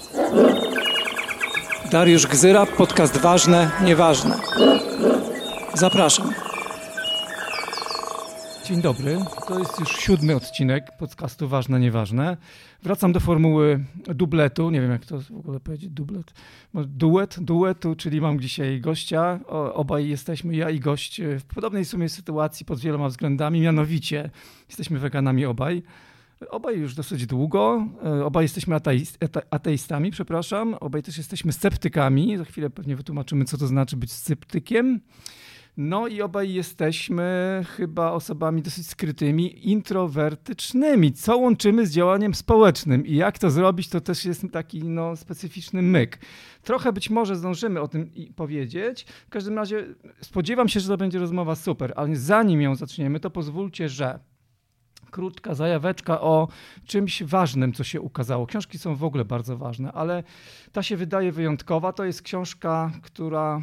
Dariusz Gzyra, podcast Ważne, Nieważne. Zapraszam. Dzień dobry, to jest już 7. odcinek podcastu Ważne, Nieważne. Wracam do formuły dubletu, nie wiem jak to w ogóle powiedzieć, dublet, duetu, czyli mam dzisiaj gościa. Obaj jesteśmy, ja i gość, w podobnej sumie sytuacji pod wieloma względami, mianowicie jesteśmy weganami obaj. Obaj już dosyć długo, obaj jesteśmy ateistami, obaj też jesteśmy sceptykami, za chwilę pewnie wytłumaczymy, co to znaczy być sceptykiem. No i obaj jesteśmy chyba osobami dosyć skrytymi, introwertycznymi, co łączymy z działaniem społecznym i jak to zrobić, to też jest taki specyficzny myk. Trochę być może zdążymy o tym powiedzieć, w każdym razie spodziewam się, że to będzie rozmowa super, ale zanim ją zaczniemy, to pozwólcie, że krótka zajaweczka o czymś ważnym, co się ukazało. Książki są w ogóle bardzo ważne, ale ta się wydaje wyjątkowa. To jest książka, która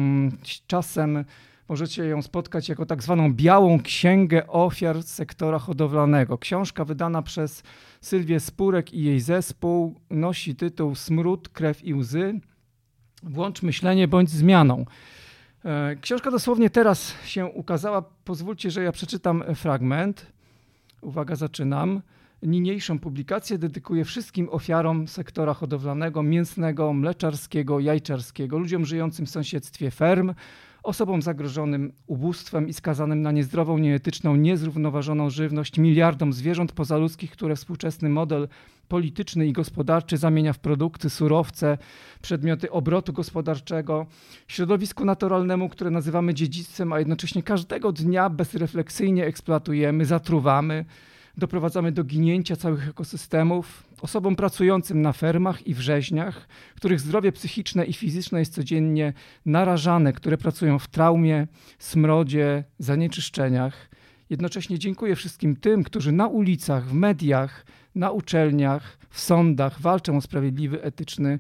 czasem możecie ją spotkać jako tak zwaną białą księgę ofiar sektora hodowlanego. Książka wydana przez Sylwię Spurek i jej zespół nosi tytuł Smród, krew i łzy. Włącz myślenie bądź zmianą. Książka dosłownie teraz się ukazała. Pozwólcie, że ja przeczytam fragment. Uwaga, zaczynam. Niniejszą publikację dedykuję wszystkim ofiarom sektora hodowlanego, mięsnego, mleczarskiego, jajczarskiego, ludziom żyjącym w sąsiedztwie ferm, osobom zagrożonym ubóstwem i skazanym na niezdrową, nieetyczną, niezrównoważoną żywność, miliardom zwierząt pozaludzkich, które współczesny model polityczny i gospodarczy zamienia w produkty, surowce, przedmioty obrotu gospodarczego, środowisku naturalnemu, które nazywamy dziedzictwem, a jednocześnie każdego dnia bezrefleksyjnie eksploatujemy, zatruwamy, doprowadzamy do ginięcia całych ekosystemów, osobom pracującym na fermach i w rzeźniach, których zdrowie psychiczne i fizyczne jest codziennie narażane, które pracują w traumie, smrodzie, zanieczyszczeniach. Jednocześnie dziękuję wszystkim tym, którzy na ulicach, w mediach, na uczelniach, w sądach walczą o sprawiedliwy, etyczny,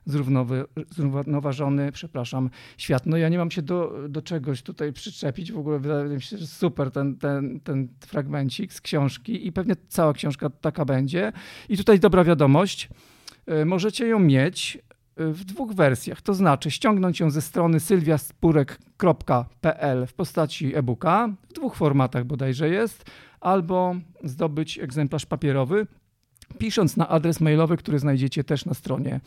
zrównoważony, świat. No ja nie mam się do czegoś tutaj przyczepić. W ogóle wydaje mi się, że super ten fragmencik z książki i pewnie cała książka taka będzie. I tutaj dobra wiadomość, możecie ją mieć w 2 wersjach, to znaczy ściągnąć ją ze strony sylwiaspurek.pl w postaci e-booka, w 2 formatach bodajże jest, albo zdobyć egzemplarz papierowy, pisząc na adres mailowy, który znajdziecie też na stronie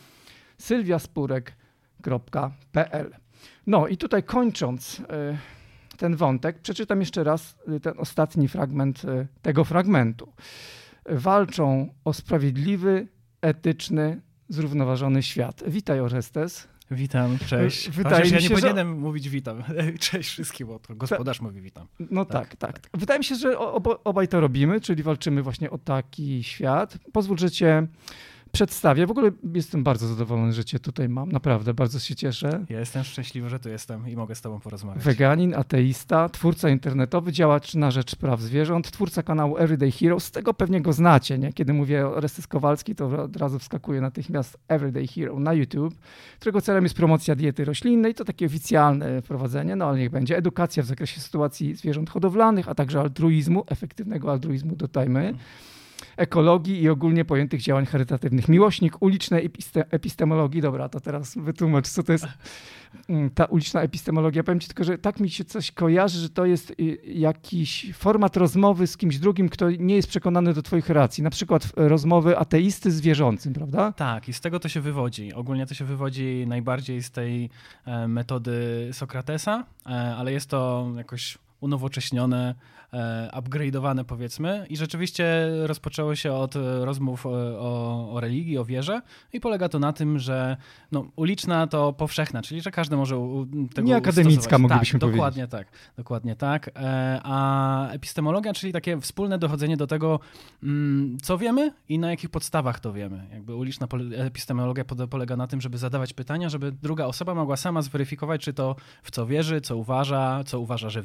sylwiaspurek.pl. No i tutaj kończąc ten wątek, przeczytam jeszcze raz ten ostatni fragment tego fragmentu. Walczą o sprawiedliwy, etyczny, zrównoważony świat. Witaj, Orestes. Witam, cześć. Wydaje mi się, ja nie powinienem mówić witam. Cześć wszystkim, bo to gospodarz mówi witam. No tak. Wydaje mi się, że obaj to robimy, czyli walczymy właśnie o taki świat. Pozwól, że cię przedstawię. W ogóle jestem bardzo zadowolony, że cię tutaj mam. Naprawdę, bardzo się cieszę. Ja jestem szczęśliwy, że tu jestem i mogę z tobą porozmawiać. Weganin, ateista, twórca internetowy, działacz na rzecz praw zwierząt, twórca kanału Everyday Hero. Z tego pewnie go znacie, nie? Kiedy mówię o Orestes Kowalski, to od razu wskakuje natychmiast Everyday Hero na YouTube, którego celem jest promocja diety roślinnej. To takie oficjalne wprowadzenie, no ale niech będzie. Edukacja w zakresie sytuacji zwierząt hodowlanych, a także altruizmu, efektywnego altruizmu, dodajmy. Ekologii i ogólnie pojętych działań charytatywnych. Miłośnik ulicznej epistemologii. Dobra, to teraz wytłumacz, co to jest ta uliczna epistemologia. Powiem ci tylko, że tak mi się coś kojarzy, że to jest jakiś format rozmowy z kimś drugim, kto nie jest przekonany do twoich racji. Na przykład rozmowy ateisty z wierzącym, prawda? Tak, i z tego to się wywodzi. Ogólnie to się wywodzi najbardziej z tej metody Sokratesa, ale jest to jakoś unowocześnione, upgrade'owane powiedzmy i rzeczywiście rozpoczęło się od rozmów o religii, o wierze i polega to na tym, że uliczna to powszechna, czyli że każdy może tego nie akademicka moglibyśmy powiedzieć. Dokładnie tak. A epistemologia, czyli takie wspólne dochodzenie do tego, co wiemy i na jakich podstawach to wiemy. Jakby uliczna epistemologia polega na tym, żeby zadawać pytania, żeby druga osoba mogła sama zweryfikować, czy to w co wierzy, co uważa, że wie.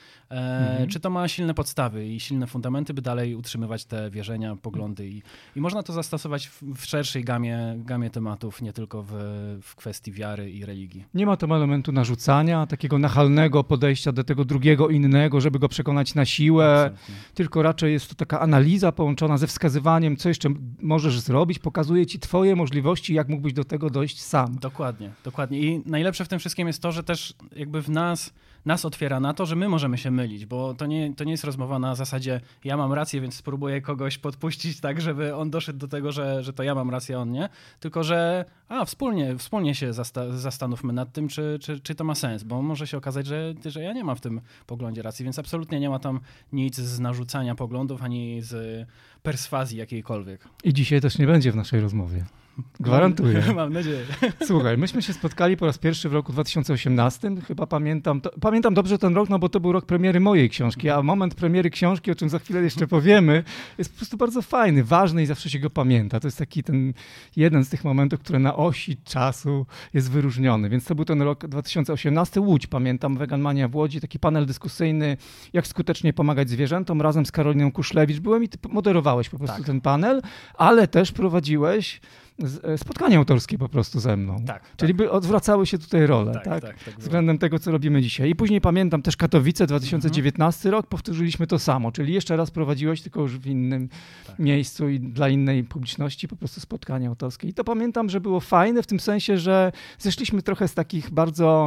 czy to ma silne podstawy i silne fundamenty, by dalej utrzymywać te wierzenia, poglądy i można to zastosować w szerszej gamie tematów, nie tylko w kwestii wiary i religii. Nie ma tam elementu narzucania, takiego nachalnego podejścia do tego drugiego innego, żeby go przekonać na siłę, Absolutnie. tylko raczej jest to taka analiza połączona ze wskazywaniem, co jeszcze możesz zrobić, pokazuje ci twoje możliwości, jak mógłbyś do tego dojść sam. Dokładnie. I najlepsze w tym wszystkim jest to, że też jakby w nas otwiera na to, że my możemy się mylić, bo to nie jest rozmowa na zasadzie ja mam rację, więc spróbuję kogoś podpuścić tak, żeby on doszedł do tego, że to ja mam rację, a on nie, tylko że wspólnie się zastanówmy nad tym, czy to ma sens, bo może się okazać, że ja nie mam w tym poglądzie racji, więc absolutnie nie ma tam nic z narzucania poglądów, ani z perswazji jakiejkolwiek. I dzisiaj też nie będzie w naszej rozmowie. Gwarantuję. Mam nadzieję. Słuchaj, myśmy się spotkali po raz pierwszy w roku 2018. Chyba pamiętam dobrze ten rok, no bo to był rok premiery mojej książki, a moment premiery książki, o czym za chwilę jeszcze powiemy, jest po prostu bardzo fajny, ważny i zawsze się go pamięta. To jest taki ten jeden z tych momentów, który na osi czasu jest wyróżniony. Więc to był ten rok 2018. Łódź, pamiętam, Veganmania w Łodzi, taki panel dyskusyjny, jak skutecznie pomagać zwierzętom, razem z Karoliną Kuszlewicz. Byłem i ty moderowałeś po prostu ten panel, ale też prowadziłeś spotkanie autorskie po prostu ze mną. Czyli by odwracały się tutaj role, tak? Względem tego, co robimy dzisiaj. I później pamiętam też Katowice, 2019 rok, powtórzyliśmy to samo, czyli jeszcze raz prowadziłeś, tylko już w innym miejscu i dla innej publiczności po prostu spotkanie autorskie. I to pamiętam, że było fajne w tym sensie, że zeszliśmy trochę z takich bardzo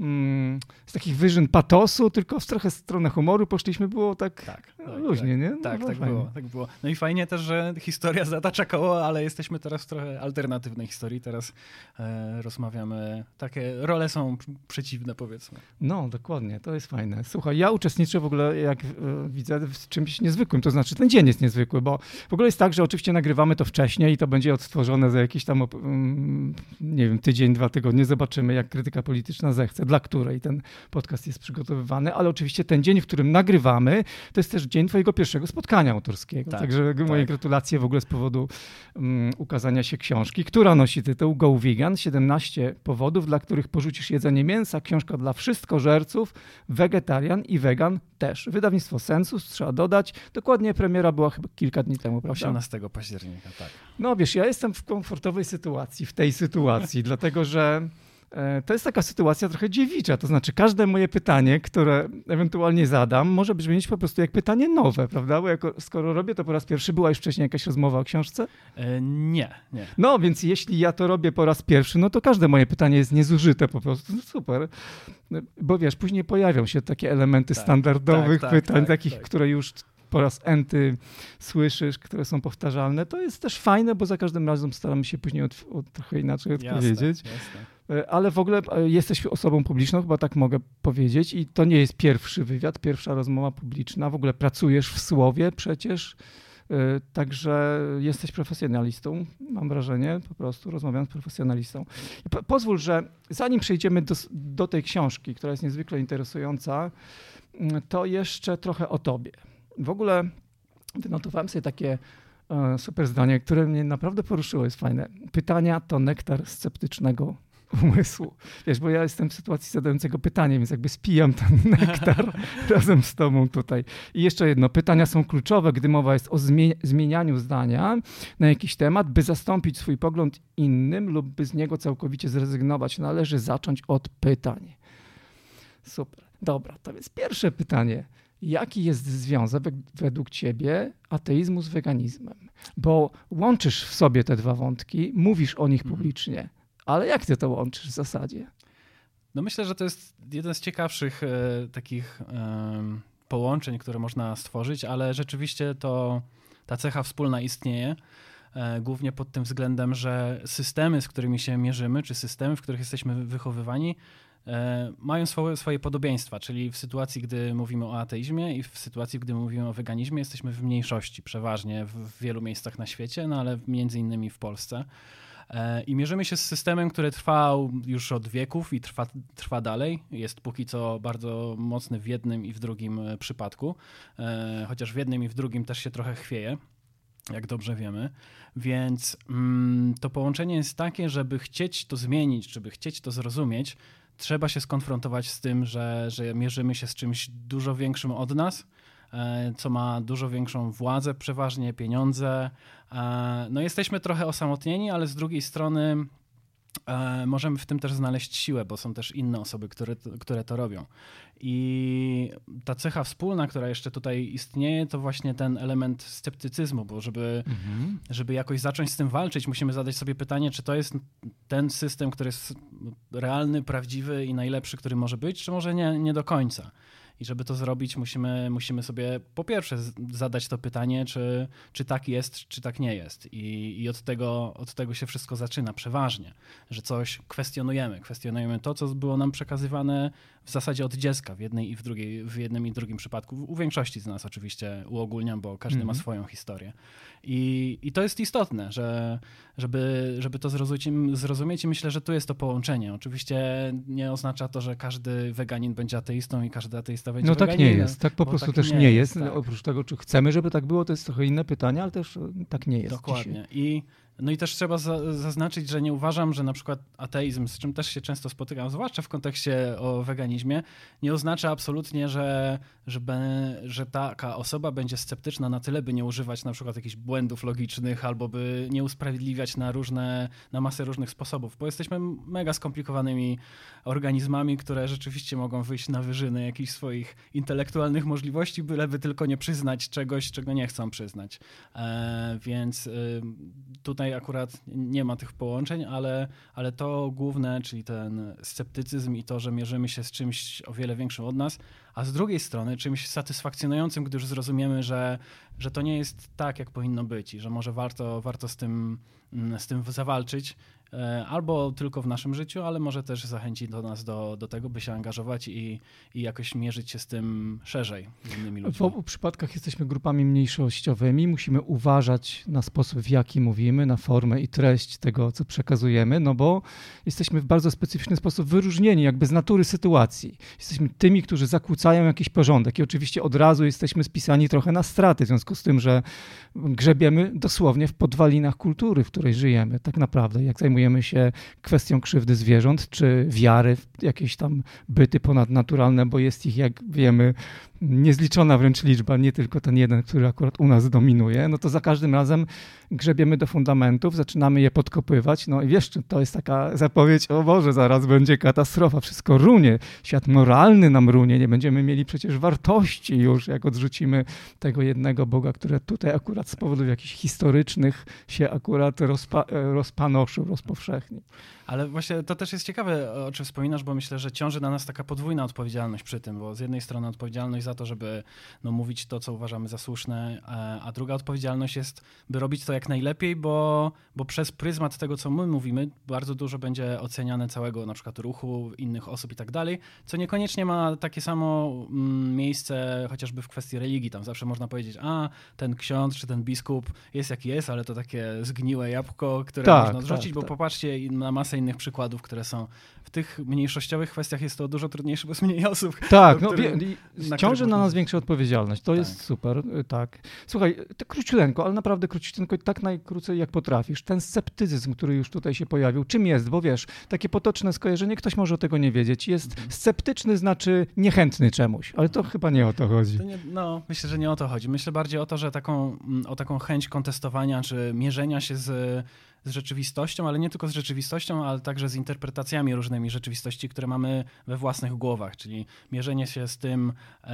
z takich wyżyn patosu, tylko w trochę stronę humoru poszliśmy, było tak luźnie, nie? No, tak było. No i fajnie też, że historia zatacza koło, ale jesteśmy teraz w trochę alternatywnej historii. Teraz rozmawiamy, takie role są przeciwne, powiedzmy. No, dokładnie, to jest fajne. Słuchaj, ja uczestniczę w ogóle, jak widzę, w czymś niezwykłym, to znaczy ten dzień jest niezwykły, bo w ogóle jest tak, że oczywiście nagrywamy to wcześniej i to będzie odtworzone za jakiś tam, nie wiem, tydzień, 2 tygodnie, zobaczymy, jak krytyka polityczna zechce, dla której ten podcast jest przygotowywany, ale oczywiście ten dzień, w którym nagrywamy, to jest też dzień twojego pierwszego spotkania autorskiego. Także moje gratulacje w ogóle z powodu ukazania się książki, która nosi tytuł Go Vegan, 17 powodów, dla których porzucisz jedzenie mięsa. Książka dla wszystkożerców, wegetarian i wegan też. Wydawnictwo Sensus, trzeba dodać. Dokładnie premiera była chyba kilka dni temu, prawda? 18 października, tak. No wiesz, ja jestem w komfortowej sytuacji, w tej sytuacji, dlatego że to jest taka sytuacja trochę dziewicza, to znaczy każde moje pytanie, które ewentualnie zadam, może brzmieć po prostu jak pytanie nowe, prawda? Bo skoro robię to po raz pierwszy, była już wcześniej jakaś rozmowa o książce? Nie. No więc jeśli ja to robię po raz pierwszy, no to każde moje pytanie jest niezużyte po prostu. No super. Bo wiesz, później pojawią się takie elementy standardowych pytań, takich, które już po raz enty słyszysz, które są powtarzalne. To jest też fajne, bo za każdym razem staramy się później trochę inaczej odpowiedzieć. Jasne. Ale w ogóle jesteś osobą publiczną, chyba tak mogę powiedzieć, i to nie jest pierwszy wywiad, pierwsza rozmowa publiczna. W ogóle pracujesz w słowie przecież, także jesteś profesjonalistą, mam wrażenie, po prostu rozmawiam z profesjonalistą. I pozwól, że zanim przejdziemy do tej książki, która jest niezwykle interesująca, to jeszcze trochę o tobie. W ogóle wynotowałem sobie takie super zdanie, które mnie naprawdę poruszyło, jest fajne. Pytania to nektar sceptycznego umysłu. Wiesz, bo ja jestem w sytuacji zadającego pytanie, więc jakby spijam ten nektar razem z tobą tutaj. I jeszcze jedno, pytania są kluczowe, gdy mowa jest o zmienianiu zdania na jakiś temat, by zastąpić swój pogląd innym lub by z niego całkowicie zrezygnować. Należy zacząć od pytań. Super. Dobra, to więc pierwsze pytanie. Jaki jest związek według ciebie ateizmu z weganizmem? Bo łączysz w sobie te dwa wątki, mówisz o nich publicznie, ale jak ty to łączysz w zasadzie? No myślę, że to jest jeden z ciekawszych takich połączeń, które można stworzyć, ale rzeczywiście ta cecha wspólna istnieje, głównie pod tym względem, że systemy, z którymi się mierzymy, czy systemy, w których jesteśmy wychowywani, mają swoje podobieństwa, czyli w sytuacji, gdy mówimy o ateizmie i w sytuacji, gdy mówimy o weganizmie, jesteśmy w mniejszości przeważnie w wielu miejscach na świecie, no ale między innymi w Polsce. I mierzymy się z systemem, który trwał już od wieków i trwa dalej. Jest póki co bardzo mocny w jednym i w drugim przypadku, chociaż w jednym i w drugim też się trochę chwieje, jak dobrze wiemy. Więc to połączenie jest takie, żeby chcieć to zmienić, żeby chcieć to zrozumieć, trzeba się skonfrontować z tym, że mierzymy się z czymś dużo większym od nas, co ma dużo większą władzę, przeważnie pieniądze. No jesteśmy trochę osamotnieni, ale z drugiej strony możemy w tym też znaleźć siłę, bo są też inne osoby, które to robią. I ta cecha wspólna, która jeszcze tutaj istnieje, to właśnie ten element sceptycyzmu, bo żeby jakoś zacząć z tym walczyć, musimy zadać sobie pytanie, czy to jest ten system, który jest realny, prawdziwy i najlepszy, który może być, czy może nie do końca. I żeby to zrobić, musimy sobie po pierwsze zadać to pytanie, czy tak jest, czy tak nie jest. I od tego się wszystko zaczyna przeważnie, że coś kwestionujemy. Kwestionujemy to, co było nam przekazywane w zasadzie od dziecka w jednym i drugim przypadku. U większości z nas oczywiście uogólniam, bo każdy ma swoją historię. I to jest istotne, żeby to zrozumieć i myślę, że tu jest to połączenie. Oczywiście nie oznacza to, że każdy weganin będzie ateistą i każdy ateista będzie weganinem. No tak nie jest, tak po prostu tak też nie jest. Tak. Oprócz tego, czy chcemy, żeby tak było, to jest trochę inne pytanie, ale też tak nie jest. Dokładnie. No i też trzeba zaznaczyć, że nie uważam, że na przykład ateizm, z czym też się często spotykam, zwłaszcza w kontekście o weganizmie, nie oznacza absolutnie, że taka osoba będzie sceptyczna na tyle, by nie używać na przykład jakichś błędów logicznych albo by nie usprawiedliwiać na masę różnych sposobów, bo jesteśmy mega skomplikowanymi organizmami, które rzeczywiście mogą wyjść na wyżyny jakichś swoich intelektualnych możliwości, byleby tylko nie przyznać czegoś, czego nie chcą przyznać. Więc tutaj akurat nie ma tych połączeń, ale to główne, czyli ten sceptycyzm i to, że mierzymy się z czymś o wiele większym od nas, a z drugiej strony czymś satysfakcjonującym, gdy już zrozumiemy, że to nie jest tak, jak powinno być i że może warto z tym zawalczyć, albo tylko w naszym życiu, ale może też zachęcić nas do tego, by się angażować i jakoś mierzyć się z tym szerzej z innymi ludźmi. W obu przypadkach jesteśmy grupami mniejszościowymi, musimy uważać na sposób, w jaki mówimy, na formę i treść tego, co przekazujemy, no bo jesteśmy w bardzo specyficzny sposób wyróżnieni jakby z natury sytuacji. Jesteśmy tymi, którzy zakłócają jakiś porządek i oczywiście od razu jesteśmy spisani trochę na straty, w związku z tym, że grzebiemy dosłownie w podwalinach kultury, w której żyjemy. Tak naprawdę, jak zajmujemy się kwestią krzywdy zwierząt, czy wiary w jakieś tam byty ponadnaturalne, bo jest ich, jak wiemy, niezliczona wręcz liczba, nie tylko ten jeden, który akurat u nas dominuje, no to za każdym razem grzebiemy do fundamentów, zaczynamy je podkopywać, no i wiesz, to jest taka zapowiedź, o Boże, zaraz będzie katastrofa, wszystko runie, świat moralny nam runie, nie będziemy mieli przecież wartości już, jak odrzucimy tego jednego Boga, który tutaj akurat z powodów jakichś historycznych się akurat rozpanoszył, rozpowszechnił. Ale właśnie to też jest ciekawe, o czym wspominasz, bo myślę, że ciąży na nas taka podwójna odpowiedzialność przy tym, bo z jednej strony odpowiedzialność za to, żeby mówić to, co uważamy za słuszne, a druga odpowiedzialność jest, by robić to jak najlepiej, bo przez pryzmat tego, co my mówimy, bardzo dużo będzie oceniane całego na przykład ruchu, innych osób i tak dalej, co niekoniecznie ma takie samo miejsce chociażby w kwestii religii. Tam zawsze można powiedzieć, ten ksiądz czy ten biskup jest jaki jest, ale to takie zgniłe jabłko, które można odrzucić, bo popatrzcie na masę innych przykładów, które są w tych mniejszościowych kwestiach jest to dużo trudniejsze, bo jest mniej osób. Tak, ciąży na nas większa odpowiedzialność. To jest super, tak. Słuchaj, to króciuteńko, ale naprawdę króciuteńko i tak najkrócej jak potrafisz. Ten sceptycyzm, który już tutaj się pojawił, czym jest? Bo wiesz, takie potoczne skojarzenie, ktoś może o tego nie wiedzieć. Jest sceptyczny, znaczy niechętny czemuś, ale to chyba nie o to chodzi. Myślę, że nie o to chodzi. Myślę bardziej o to, że o taką chęć kontestowania, czy mierzenia się z rzeczywistością, ale nie tylko z rzeczywistością, ale także z interpretacjami różnymi rzeczywistości, które mamy we własnych głowach, czyli mierzenie się z tym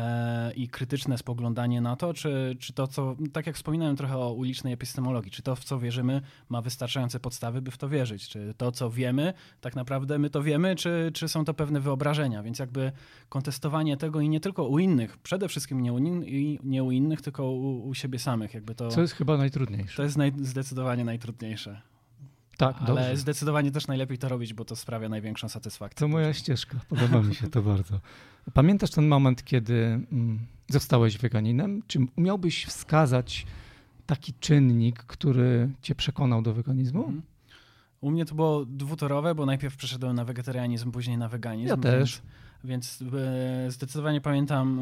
i krytyczne spoglądanie na to, czy to, co, tak jak wspominałem trochę o ulicznej epistemologii, czy to, w co wierzymy, ma wystarczające podstawy, by w to wierzyć, czy to, co wiemy, tak naprawdę my to wiemy, czy są to pewne wyobrażenia, więc jakby kontestowanie tego i nie tylko u innych, przede wszystkim nie u innych, tylko u siebie samych. Jakby to, co jest chyba najtrudniejsze. To jest zdecydowanie najtrudniejsze. Tak, ale dobrze. Zdecydowanie też najlepiej to robić, bo to sprawia największą satysfakcję. To moja ścieżka, podoba mi się to bardzo. Pamiętasz ten moment, kiedy zostałeś weganinem? Czy umiałbyś wskazać taki czynnik, który cię przekonał do weganizmu? U mnie to było dwutorowe, bo najpierw przeszedłem na wegetarianizm, później na weganizm. Ja też. Więc zdecydowanie pamiętam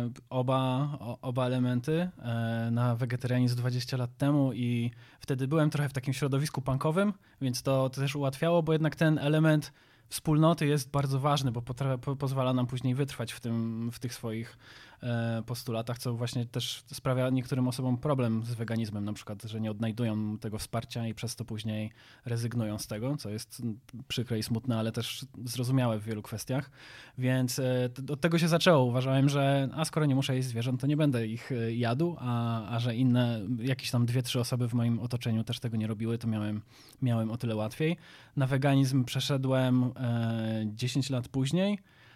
oba elementy. Na wegetarianizm 20 lat temu i wtedy byłem trochę w takim środowisku punkowym, więc to też ułatwiało, bo jednak ten element wspólnoty jest bardzo ważny, bo pozwala nam później wytrwać w tych swoich postulatach, co właśnie też sprawia niektórym osobom problem z weganizmem, na przykład, że nie odnajdują tego wsparcia i przez to później rezygnują z tego, co jest przykre i smutne, ale też zrozumiałe w wielu kwestiach. Więc od tego się zaczęło. Uważałem, że skoro nie muszę jeść zwierząt, to nie będę ich jadł, a że inne, jakieś tam 2-3 osoby w moim otoczeniu też tego nie robiły, to miałem o tyle łatwiej. Na weganizm przeszedłem 10 lat później.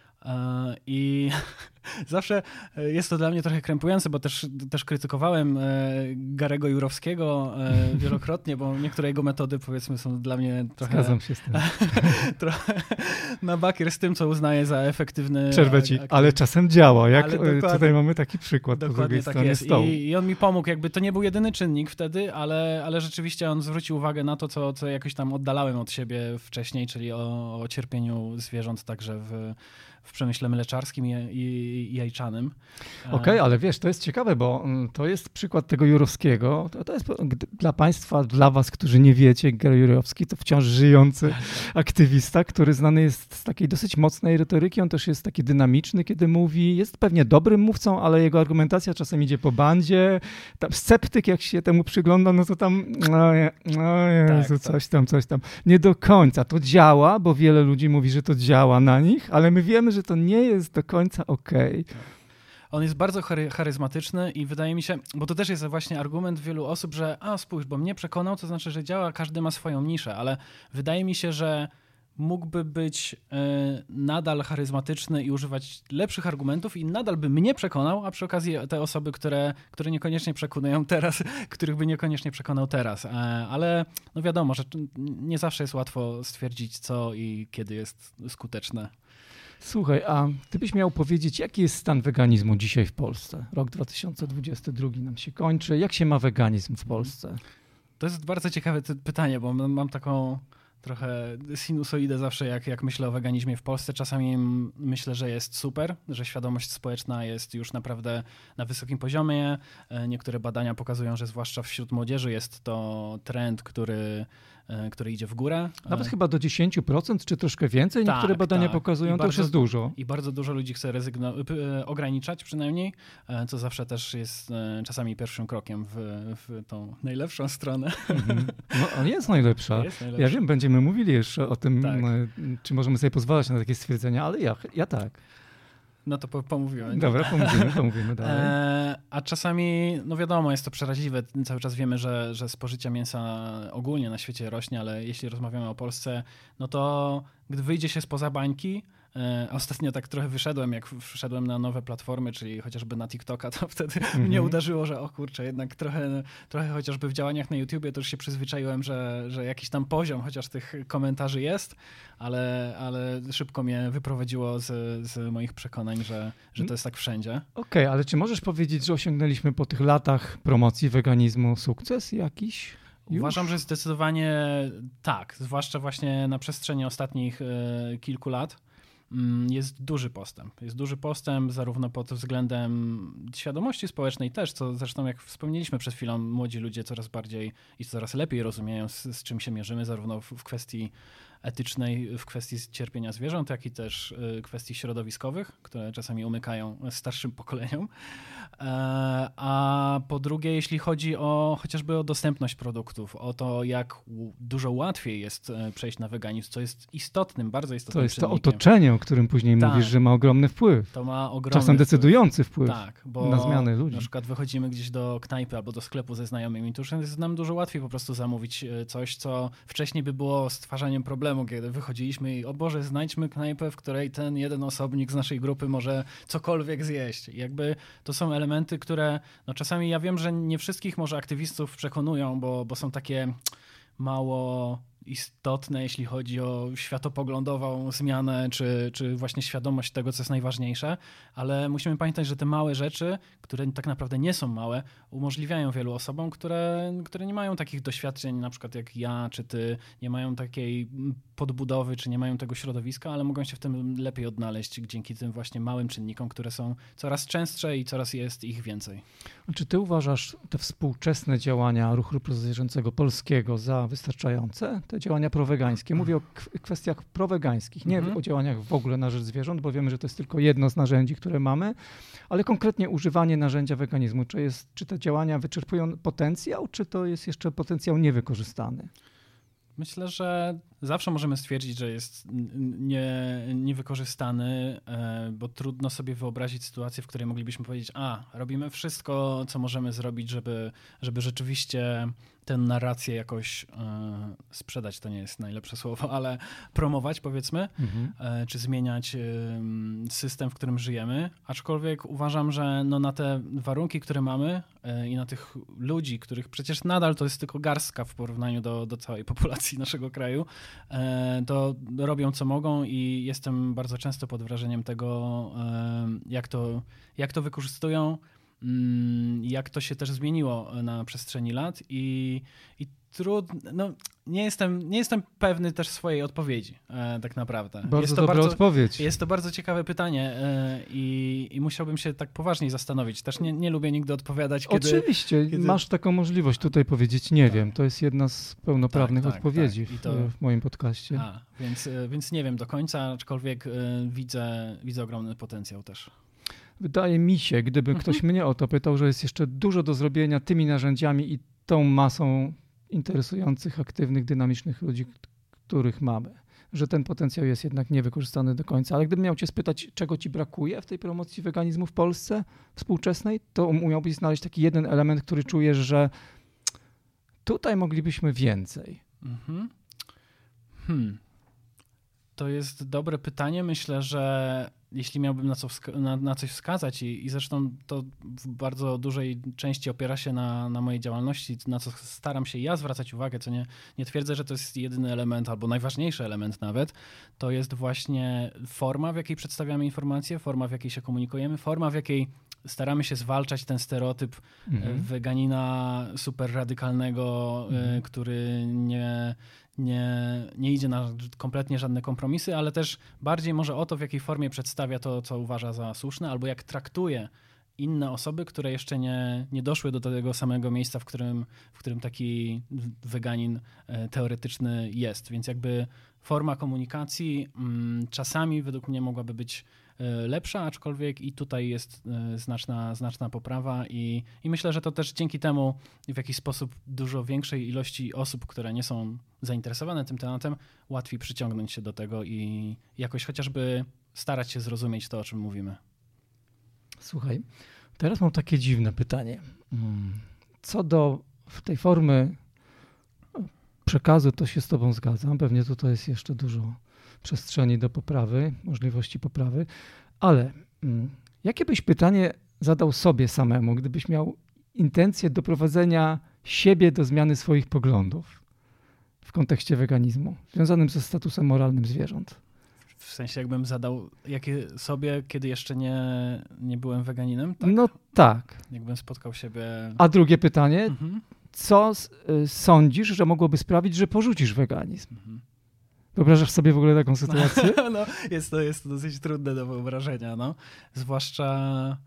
I zawsze jest to dla mnie trochę krępujące, bo też krytykowałem Garego Jurowskiego wielokrotnie, bo niektóre jego metody, powiedzmy, są dla mnie trochę... Zgadzam się z tym. trochę na bakier z tym, co uznaję za efektywny... Przerwę ci, ale czasem działa. Jak tutaj mamy taki przykład po drugiej tak stronie jest. stołu. I on mi pomógł. Jakby to nie był jedyny czynnik wtedy, ale rzeczywiście on zwrócił uwagę na to, co jakoś tam oddalałem od siebie wcześniej, czyli o cierpieniu zwierząt także w przemyśle mleczarskim i jajczanym. Okej, ale wiesz, to jest ciekawe, bo to jest przykład tego Jurowskiego. To jest dla państwa, dla was, którzy nie wiecie, Gary Jurowski to wciąż żyjący aktywista, który znany jest z takiej dosyć mocnej retoryki. On też jest taki dynamiczny, kiedy mówi. Jest pewnie dobrym mówcą, ale jego argumentacja czasem idzie po bandzie. Tam sceptyk, jak się temu przygląda, no to tam Jezu, coś tam. Nie do końca. To działa, bo wiele ludzi mówi, że to działa na nich, ale my wiemy, że to nie jest do końca okej. On jest bardzo charyzmatyczny i wydaje mi się, bo to też jest właśnie argument wielu osób, że spójrz, bo mnie przekonał, to znaczy, że działa, każdy ma swoją niszę, ale wydaje mi się, że mógłby być nadal charyzmatyczny i używać lepszych argumentów i nadal by mnie przekonał, a przy okazji te osoby, które niekoniecznie przekonują teraz, których by niekoniecznie przekonał teraz. Ale no wiadomo, że nie zawsze jest łatwo stwierdzić, co i kiedy jest skuteczne. Słuchaj, a ty byś miał powiedzieć, jaki jest stan weganizmu dzisiaj w Polsce? Rok 2022 nam się kończy. Jak się ma weganizm w Polsce? To jest bardzo ciekawe pytanie, bo mam taką trochę sinusoidę zawsze, jak myślę o weganizmie w Polsce. Czasami myślę, że jest super, że świadomość społeczna jest już naprawdę na wysokim poziomie. Niektóre badania pokazują, że zwłaszcza wśród młodzieży jest to trend, który idzie w górę. Nawet chyba do 10% czy troszkę więcej. Niektóre badania pokazują, to już jest dużo. I bardzo dużo ludzi chce ograniczać przynajmniej, co zawsze też jest czasami pierwszym krokiem w tą najlepszą stronę. No, on jest najlepsza. Ja wiem, będziemy mówili jeszcze o tym, czy możemy sobie pozwalać na takie stwierdzenia, ale ja tak. No to pomówiłem. Dobra, pomówimy dalej. A czasami, no wiadomo, jest to przeraźliwe. Cały czas wiemy, że spożycie mięsa ogólnie na świecie rośnie, ale jeśli rozmawiamy o Polsce, no to gdy wyjdzie się spoza bańki, ostatnio tak trochę wyszedłem, jak wszedłem na nowe platformy, czyli chociażby na TikToka, to wtedy mnie uderzyło, że o kurczę, jednak trochę chociażby w działaniach na YouTubie to już się przyzwyczaiłem, że jakiś tam poziom chociaż tych komentarzy jest, ale szybko mnie wyprowadziło z moich przekonań, że to jest tak wszędzie. Okej, ale czy możesz powiedzieć, że osiągnęliśmy po tych latach promocji weganizmu sukces jakiś? Uważam, że zdecydowanie tak, zwłaszcza właśnie na przestrzeni ostatnich kilku lat. Jest duży postęp. Jest duży postęp zarówno pod względem świadomości społecznej też, co zresztą jak wspomnieliśmy przed chwilą, młodzi ludzie coraz bardziej i coraz lepiej rozumieją, z czym się mierzymy, zarówno w kwestii etycznej, w kwestii cierpienia zwierząt, jak i też kwestii środowiskowych, które czasami umykają starszym pokoleniom. A po drugie, jeśli chodzi chociażby o dostępność produktów, o to, jak dużo łatwiej jest przejść na weganizm, co jest istotnym, bardzo istotnym To jest czynnikiem. To otoczenie, o którym później mówisz, że ma ogromny wpływ. To ma ogromny czasem decydujący wpływ bo na zmiany ludzi. Na przykład wychodzimy gdzieś do knajpy albo do sklepu ze znajomymi, to już jest nam dużo łatwiej po prostu zamówić coś, co wcześniej by było stwarzaniem problemu, kiedy wychodziliśmy i o Boże, znajdźmy knajpę, w której ten jeden osobnik z naszej grupy może cokolwiek zjeść. I jakby to są elementy, które no czasami ja wiem, że nie wszystkich może aktywistów przekonują, bo są takie mało istotne, jeśli chodzi o światopoglądową zmianę, czy właśnie świadomość tego, co jest najważniejsze, ale musimy pamiętać, że te małe rzeczy, które tak naprawdę nie są małe, umożliwiają wielu osobom, które nie mają takich doświadczeń, na przykład jak ja, czy ty, nie mają takiej podbudowy, czy nie mają tego środowiska, ale mogą się w tym lepiej odnaleźć dzięki tym właśnie małym czynnikom, które są coraz częstsze i coraz jest ich więcej. Czy ty uważasz te współczesne działania ruchu prozwierzęcego polskiego za wystarczające? te działania prowegańskie. Mówię o kwestiach prowegańskich, nie o działaniach w ogóle na rzecz zwierząt, bo wiemy, że to jest tylko jedno z narzędzi, które mamy, ale konkretnie używanie narzędzia weganizmu. Czy te działania wyczerpują potencjał, czy to jest jeszcze potencjał niewykorzystany? Myślę, że zawsze możemy stwierdzić, że jest niewykorzystany, bo trudno sobie wyobrazić sytuację, w której moglibyśmy powiedzieć, robimy wszystko, co możemy zrobić, żeby rzeczywiście tę narrację jakoś sprzedać, to nie jest najlepsze słowo, ale promować, powiedzmy, czy zmieniać system, w którym żyjemy. Aczkolwiek uważam, że na te warunki, które mamy i na tych ludzi, których przecież nadal to jest tylko garstka w porównaniu do całej populacji naszego kraju, to robią co mogą i jestem bardzo często pod wrażeniem tego, jak to wykorzystują, jak to się też zmieniło na przestrzeni lat i nie jestem pewny też swojej odpowiedzi tak naprawdę. Bardzo dobra odpowiedź. Jest to bardzo ciekawe pytanie i musiałbym się tak poważniej zastanowić. Też nie lubię nigdy odpowiadać, kiedy... Oczywiście, masz taką możliwość tutaj powiedzieć nie wiem. To jest jedna z pełnoprawnych odpowiedzi w moim podcaście. Więc nie wiem do końca, aczkolwiek widzę ogromny potencjał też. Wydaje mi się, gdyby ktoś mnie o to pytał, że jest jeszcze dużo do zrobienia tymi narzędziami i tą masą interesujących, aktywnych, dynamicznych ludzi, których mamy, że ten potencjał jest jednak niewykorzystany do końca. Ale gdybym miał cię spytać, czego ci brakuje w tej promocji weganizmu w Polsce współczesnej, to umiałbyś znaleźć taki jeden element, który czujesz, że tutaj moglibyśmy więcej. To jest dobre pytanie. Myślę, że jeśli miałbym na coś wskazać i zresztą to w bardzo dużej części opiera się na mojej działalności, na co staram się ja zwracać uwagę, co nie twierdzę, że to jest jedyny element albo najważniejszy element nawet, to jest właśnie forma, w jakiej przedstawiamy informacje, forma, w jakiej się komunikujemy, forma, w jakiej staramy się zwalczać ten stereotyp weganina super radykalnego, który nie idzie na kompletnie żadne kompromisy, ale też bardziej może o to, w jakiej formie przedstawia to, co uważa za słuszne, albo jak traktuje inne osoby, które jeszcze nie doszły do tego samego miejsca, w którym taki weganin teoretyczny jest. Więc jakby forma komunikacji czasami według mnie mogłaby być lepsza, aczkolwiek i tutaj jest znaczna poprawa i myślę, że to też dzięki temu w jakiś sposób dużo większej ilości osób, które nie są zainteresowane tym tematem, łatwiej przyciągnąć się do tego i jakoś chociażby starać się zrozumieć to, o czym mówimy. Słuchaj, teraz mam takie dziwne pytanie. Co do tej formy przekazu, to się z tobą zgadzam. Pewnie tutaj jest jeszcze dużo przestrzeni do poprawy, możliwości poprawy, ale jakie byś pytanie zadał sobie samemu, gdybyś miał intencję doprowadzenia siebie do zmiany swoich poglądów w kontekście weganizmu, związanym ze statusem moralnym zwierząt? W sensie jakbym zadał sobie, kiedy jeszcze nie byłem weganinem? Tak? No tak. Jakbym spotkał siebie... A drugie pytanie, co sądzisz, że mogłoby sprawić, że porzucisz weganizm? Wyobrażasz sobie w ogóle taką sytuację? No, jest to dosyć trudne do wyobrażenia, no. Zwłaszcza...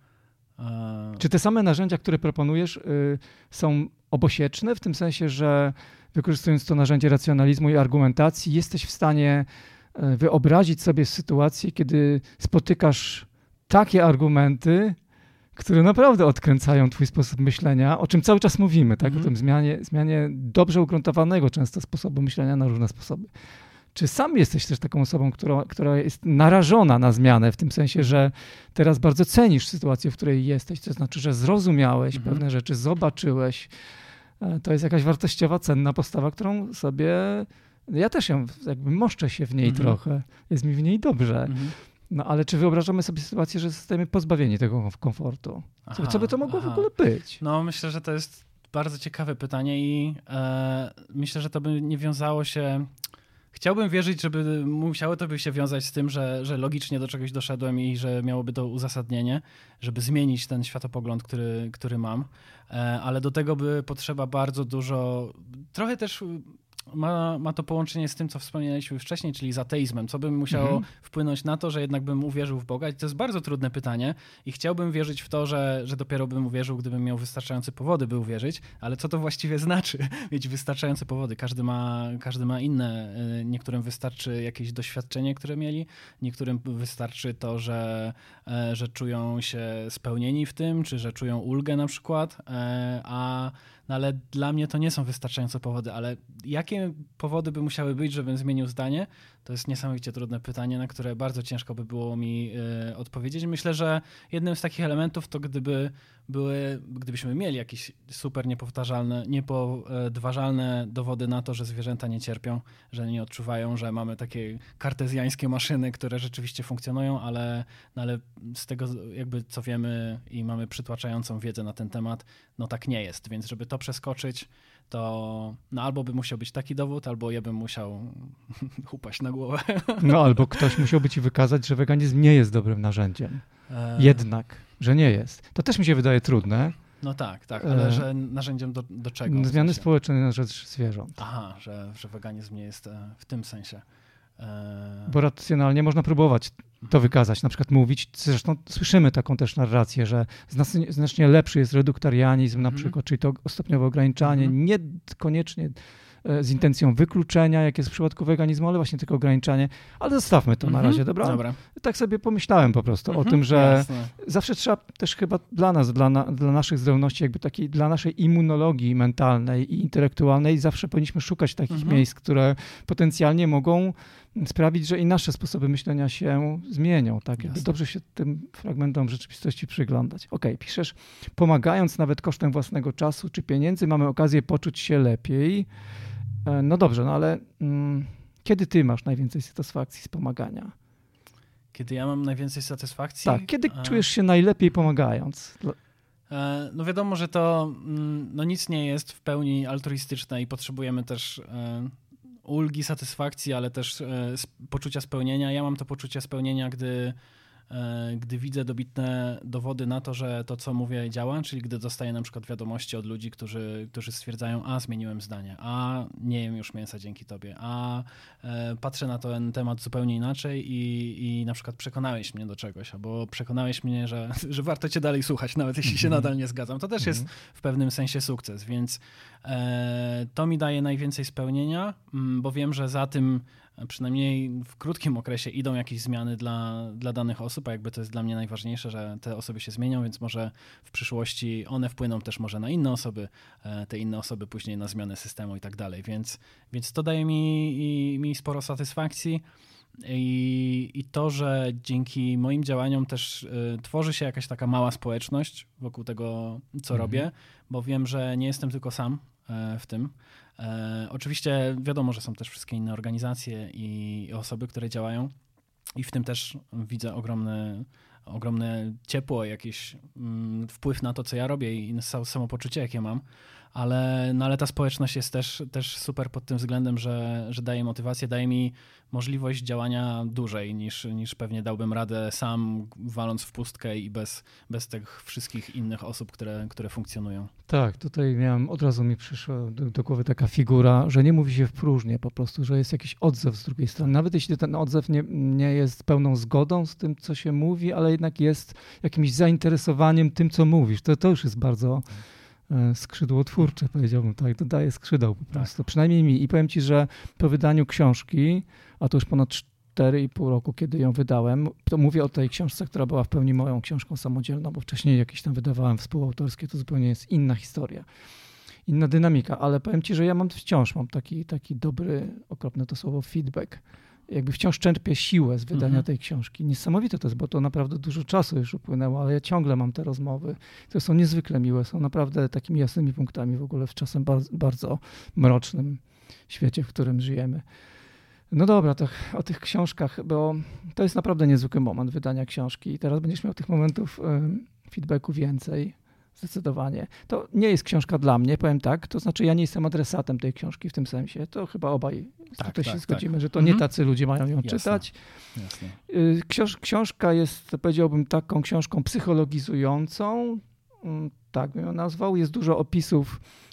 Czy te same narzędzia, które proponujesz, są obosieczne w tym sensie, że wykorzystując to narzędzie racjonalizmu i argumentacji, jesteś w stanie wyobrazić sobie sytuację, kiedy spotykasz takie argumenty, które naprawdę odkręcają twój sposób myślenia, o czym cały czas mówimy, tak? O tym zmianie dobrze ugruntowanego często sposobu myślenia na różne sposoby. Czy sam jesteś też taką osobą, która jest narażona na zmianę, w tym sensie, że teraz bardzo cenisz sytuację, w której jesteś, to znaczy, że zrozumiałeś pewne rzeczy, zobaczyłeś. To jest jakaś wartościowa, cenna postawa, którą sobie... Ja też ją jakby moszczę się w niej trochę. Jest mi w niej dobrze. No ale czy wyobrażamy sobie sytuację, że zostajemy pozbawieni tego komfortu? Co by to mogło w ogóle być? No myślę, że to jest bardzo ciekawe pytanie i myślę, że to by nie wiązało się... Chciałbym wierzyć, żeby musiało to by się wiązać z tym, że logicznie do czegoś doszedłem i że miałoby to uzasadnienie, żeby zmienić ten światopogląd, który mam, ale do tego by potrzeba bardzo dużo, trochę też ma to połączenie z tym, co wspomnieliśmy wcześniej, czyli z ateizmem. Co by musiało wpłynąć na to, że jednak bym uwierzył w Boga? I to jest bardzo trudne pytanie i chciałbym wierzyć w to, że dopiero bym uwierzył, gdybym miał wystarczające powody, by uwierzyć, ale co to właściwie znaczy mieć wystarczające powody? Każdy ma inne. Niektórym wystarczy jakieś doświadczenie, które mieli, niektórym wystarczy to, że czują się spełnieni w tym, czy że czują ulgę na przykład, no ale dla mnie to nie są wystarczające powody, ale jakie powody by musiały być, żebym zmienił zdanie? To jest niesamowicie trudne pytanie, na które bardzo ciężko by było mi odpowiedzieć. Myślę, że jednym z takich elementów to gdybyśmy mieli jakieś super niepodważalne dowody na to, że zwierzęta nie cierpią, że nie odczuwają, że mamy takie kartezjańskie maszyny, które rzeczywiście funkcjonują, ale z tego jakby co wiemy i mamy przytłaczającą wiedzę na ten temat, no tak nie jest. Więc żeby to przeskoczyć, to no albo by musiał być taki dowód, albo ja bym musiał upaść na głowę. No albo ktoś musiałby ci wykazać, że weganizm nie jest dobrym narzędziem. Jednak, że nie jest. To też mi się wydaje trudne. No tak, ale że narzędziem do czego? Zmiany społecznej na rzecz zwierząt. Aha, że weganizm nie jest w tym sensie. Bo racjonalnie można próbować to wykazać, na przykład mówić, zresztą słyszymy taką też narrację, że znacznie lepszy jest reduktarianizm na przykład, czyli to stopniowe ograniczanie, niekoniecznie z intencją wykluczenia, jak jest w przypadku weganizmu, ale właśnie tylko ograniczanie. Ale zostawmy to na razie, dobra? Tak sobie pomyślałem po prostu o tym, że jasne. Zawsze trzeba też chyba dla nas, dla naszych zdolności, jakby takiej, dla naszej immunologii mentalnej i intelektualnej zawsze powinniśmy szukać takich miejsc, które potencjalnie mogą sprawić, że i nasze sposoby myślenia się zmienią. Tak? Jakby dobrze się tym fragmentom rzeczywistości przyglądać. Okej, piszesz, pomagając nawet kosztem własnego czasu czy pieniędzy, mamy okazję poczuć się lepiej. No dobrze, no ale kiedy ty masz najwięcej satysfakcji z pomagania? Kiedy ja mam najwięcej satysfakcji? Tak, kiedy czujesz się najlepiej pomagając? No wiadomo, że to nic nie jest w pełni altruistyczne i potrzebujemy też ulgi, satysfakcji, ale też poczucia spełnienia. Ja mam to poczucie spełnienia, gdy widzę dobitne dowody na to, że to, co mówię, działa, czyli gdy dostaję na przykład wiadomości od ludzi, którzy stwierdzają, zmieniłem zdanie, nie jem już mięsa dzięki tobie, patrzę na ten temat zupełnie inaczej i na przykład przekonałeś mnie do czegoś, albo przekonałeś mnie, że warto cię dalej słuchać, nawet jeśli się nadal nie zgadzam. To też jest w pewnym sensie sukces, więc to mi daje najwięcej spełnienia, bo wiem, że za tym przynajmniej w krótkim okresie idą jakieś zmiany dla danych osób, a jakby to jest dla mnie najważniejsze, że te osoby się zmienią, więc może w przyszłości one wpłyną też może na inne osoby, te inne osoby później na zmianę systemu i tak dalej, więc to daje mi sporo satysfakcji i to, że dzięki moim działaniom też tworzy się jakaś taka mała społeczność wokół tego, co robię, bo wiem, że nie jestem tylko sam w tym. Oczywiście wiadomo, że są też wszystkie inne organizacje i osoby, które działają i w tym też widzę ogromne ciepło, jakiś wpływ na to, co ja robię i samopoczucie, jakie mam, ale ta społeczność jest też super pod tym względem, że daje motywację, daje mi możliwość działania dłużej niż pewnie dałbym radę sam, waląc w pustkę i bez tych wszystkich innych osób, które funkcjonują. Tak, tutaj od razu mi przyszła do głowy taka figura, że nie mówi się w próżnię po prostu, że jest jakiś odzew z drugiej strony. Nawet jeśli ten odzew nie jest pełną zgodą z tym, co się mówi, ale jednak jest jakimś zainteresowaniem tym, co mówisz. To już jest bardzo skrzydłotwórcze, powiedziałbym, tak, to daje skrzydeł po prostu, tak. Przynajmniej mi. I powiem ci, że po wydaniu książki, a to już ponad 4,5 roku, kiedy ją wydałem, to mówię o tej książce, która była w pełni moją książką samodzielną, bo wcześniej jakieś tam wydawałem współautorskie, to zupełnie jest inna historia, inna dynamika, ale powiem ci, że ja wciąż mam taki dobry, okropne to słowo, feedback. Jakby wciąż czerpię siłę z wydania tej książki. Niesamowite to jest, bo to naprawdę dużo czasu już upłynęło, ale ja ciągle mam te rozmowy, które są niezwykle miłe, są naprawdę takimi jasnymi punktami w ogóle w czasem bardzo mrocznym świecie, w którym żyjemy. No dobra, to o tych książkach, bo to jest naprawdę niezwykły moment wydania książki i teraz będziesz miał tych momentów feedbacku więcej. Zdecydowanie. To nie jest książka dla mnie, powiem tak, to znaczy ja nie jestem adresatem tej książki w tym sensie. To chyba obaj się zgodzimy, że to nie tacy ludzie mają ją czytać. Jasne. Książka jest, powiedziałbym, taką książką psychologizującą, tak bym ją nazwał. Jest dużo opisów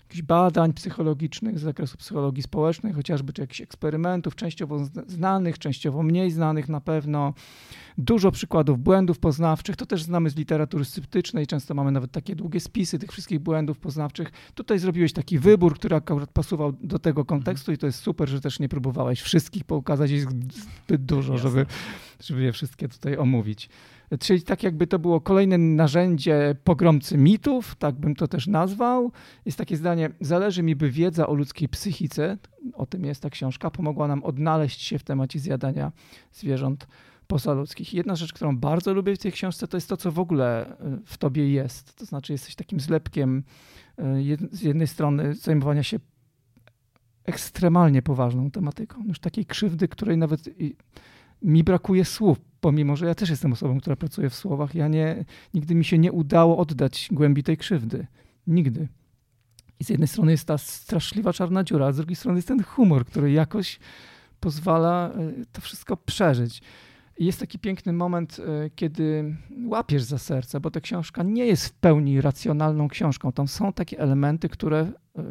jakichś badań psychologicznych z zakresu psychologii społecznej chociażby, czy jakichś eksperymentów, częściowo znanych, częściowo mniej znanych na pewno. Dużo przykładów błędów poznawczych, to też znamy z literatury sceptycznej, często mamy nawet takie długie spisy tych wszystkich błędów poznawczych. Tutaj zrobiłeś taki wybór, który akurat pasował do tego kontekstu i to jest super, że też nie próbowałeś wszystkich pokazać, jest zbyt dużo, żeby je wszystkie tutaj omówić. Czyli tak jakby to było kolejne narzędzie pogromcy mitów, tak bym to też nazwał. Jest takie zdanie, zależy mi, by wiedza o ludzkiej psychice, o tym jest ta książka, pomogła nam odnaleźć się w temacie zjadania zwierząt pozaludzkich. Jedna rzecz, którą bardzo lubię w tej książce, to jest to, co w ogóle w tobie jest. To znaczy jesteś takim zlepkiem z jednej strony zajmowania się ekstremalnie poważną tematyką, już takiej krzywdy, której nawet mi brakuje słów, pomimo że ja też jestem osobą, która pracuje w słowach. Nigdy mi się nie udało oddać głębi tej krzywdy. Nigdy. I z jednej strony jest ta straszliwa czarna dziura, a z drugiej strony jest ten humor, który jakoś pozwala to wszystko przeżyć. I jest taki piękny moment, kiedy łapiesz za serce, bo ta książka nie jest w pełni racjonalną książką. Tam są takie elementy, które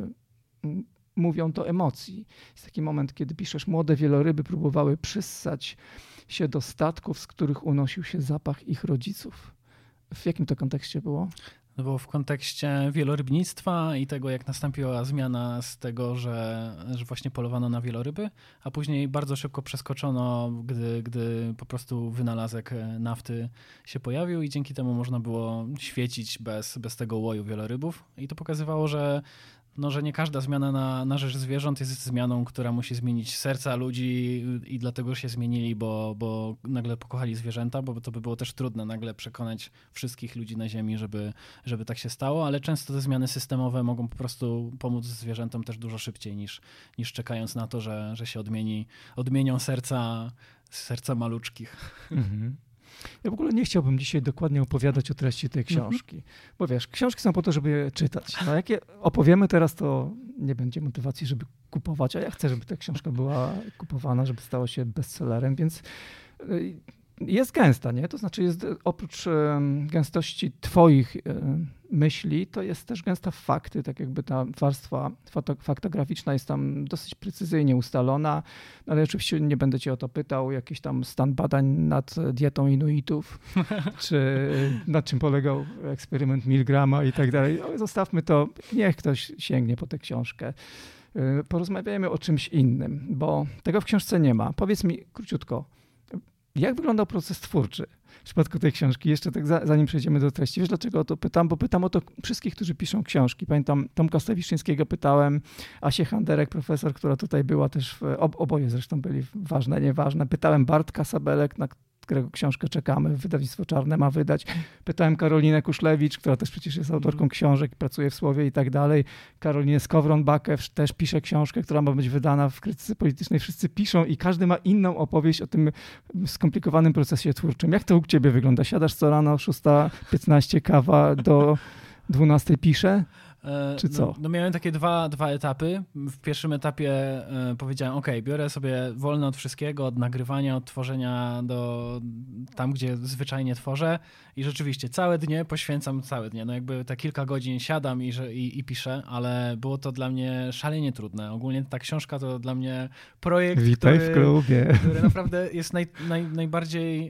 mówią do emocji. Jest taki moment, kiedy piszesz, młode wieloryby próbowały przyssać się do statków, z których unosił się zapach ich rodziców. W jakim to kontekście było? No bo w kontekście wielorybnictwa i tego, jak nastąpiła zmiana z tego, że właśnie polowano na wieloryby, a później bardzo szybko przeskoczono, gdy po prostu wynalazek nafty się pojawił i dzięki temu można było świecić bez tego łoju wielorybów. I to pokazywało, że nie każda zmiana na rzecz zwierząt jest zmianą, która musi zmienić serca ludzi i dlatego się zmienili, bo nagle pokochali zwierzęta, bo to by było też trudne nagle przekonać wszystkich ludzi na ziemi, żeby tak się stało, ale często te zmiany systemowe mogą po prostu pomóc zwierzętom też dużo szybciej niż czekając na to, że się odmienią serca maluczkich. Mhm. Ja w ogóle nie chciałbym dzisiaj dokładnie opowiadać o treści tej książki, bo wiesz, książki są po to, żeby je czytać. No jak je opowiemy teraz, to nie będzie motywacji, żeby kupować, a ja chcę, żeby ta książka była kupowana, żeby stała się bestsellerem, więc jest gęsta, nie? To znaczy jest oprócz gęstości twoich myśli, to jest też gęsta w fakty, tak jakby ta warstwa faktograficzna jest tam dosyć precyzyjnie ustalona, ale oczywiście nie będę cię o to pytał, jakiś tam stan badań nad dietą Inuitów, czy nad czym polegał eksperyment Milgrama i tak dalej. Zostawmy to, niech ktoś sięgnie po tę książkę. Porozmawiajmy o czymś innym, bo tego w książce nie ma. Powiedz mi króciutko, jak wyglądał proces twórczy w przypadku tej książki? Jeszcze tak zanim przejdziemy do treści. Wiesz, dlaczego o to pytam? Bo pytam o to wszystkich, którzy piszą książki. Pamiętam, Tomka Stawiszyńskiego pytałem, Asię Handerek, profesor, która tutaj była też, oboje zresztą byli ważne, nieważne. Pytałem Bartka Sabelek, na którego książkę czekamy, wydawnictwo Czarne ma wydać. Pytałem Karolinę Kuszlewicz, która też przecież jest autorką książek, pracuje w Słowie i tak dalej. Karolinę Skowron-Bakew też pisze książkę, która ma być wydana w krytyce politycznej. Wszyscy piszą i każdy ma inną opowieść o tym skomplikowanym procesie twórczym. Jak to u ciebie wygląda? Siadasz co rano, 6:15 kawa, do 12 piszę? Czy co? No miałem takie dwa etapy. W pierwszym etapie powiedziałem, biorę sobie wolne od wszystkiego, od nagrywania, od tworzenia do tam, gdzie zwyczajnie tworzę i rzeczywiście całe dnie poświęcam całe dnie. No jakby te kilka godzin siadam i piszę, ale było to dla mnie szalenie trudne. Ogólnie ta książka to dla mnie projekt, Witaj w klubie. Który naprawdę jest najbardziej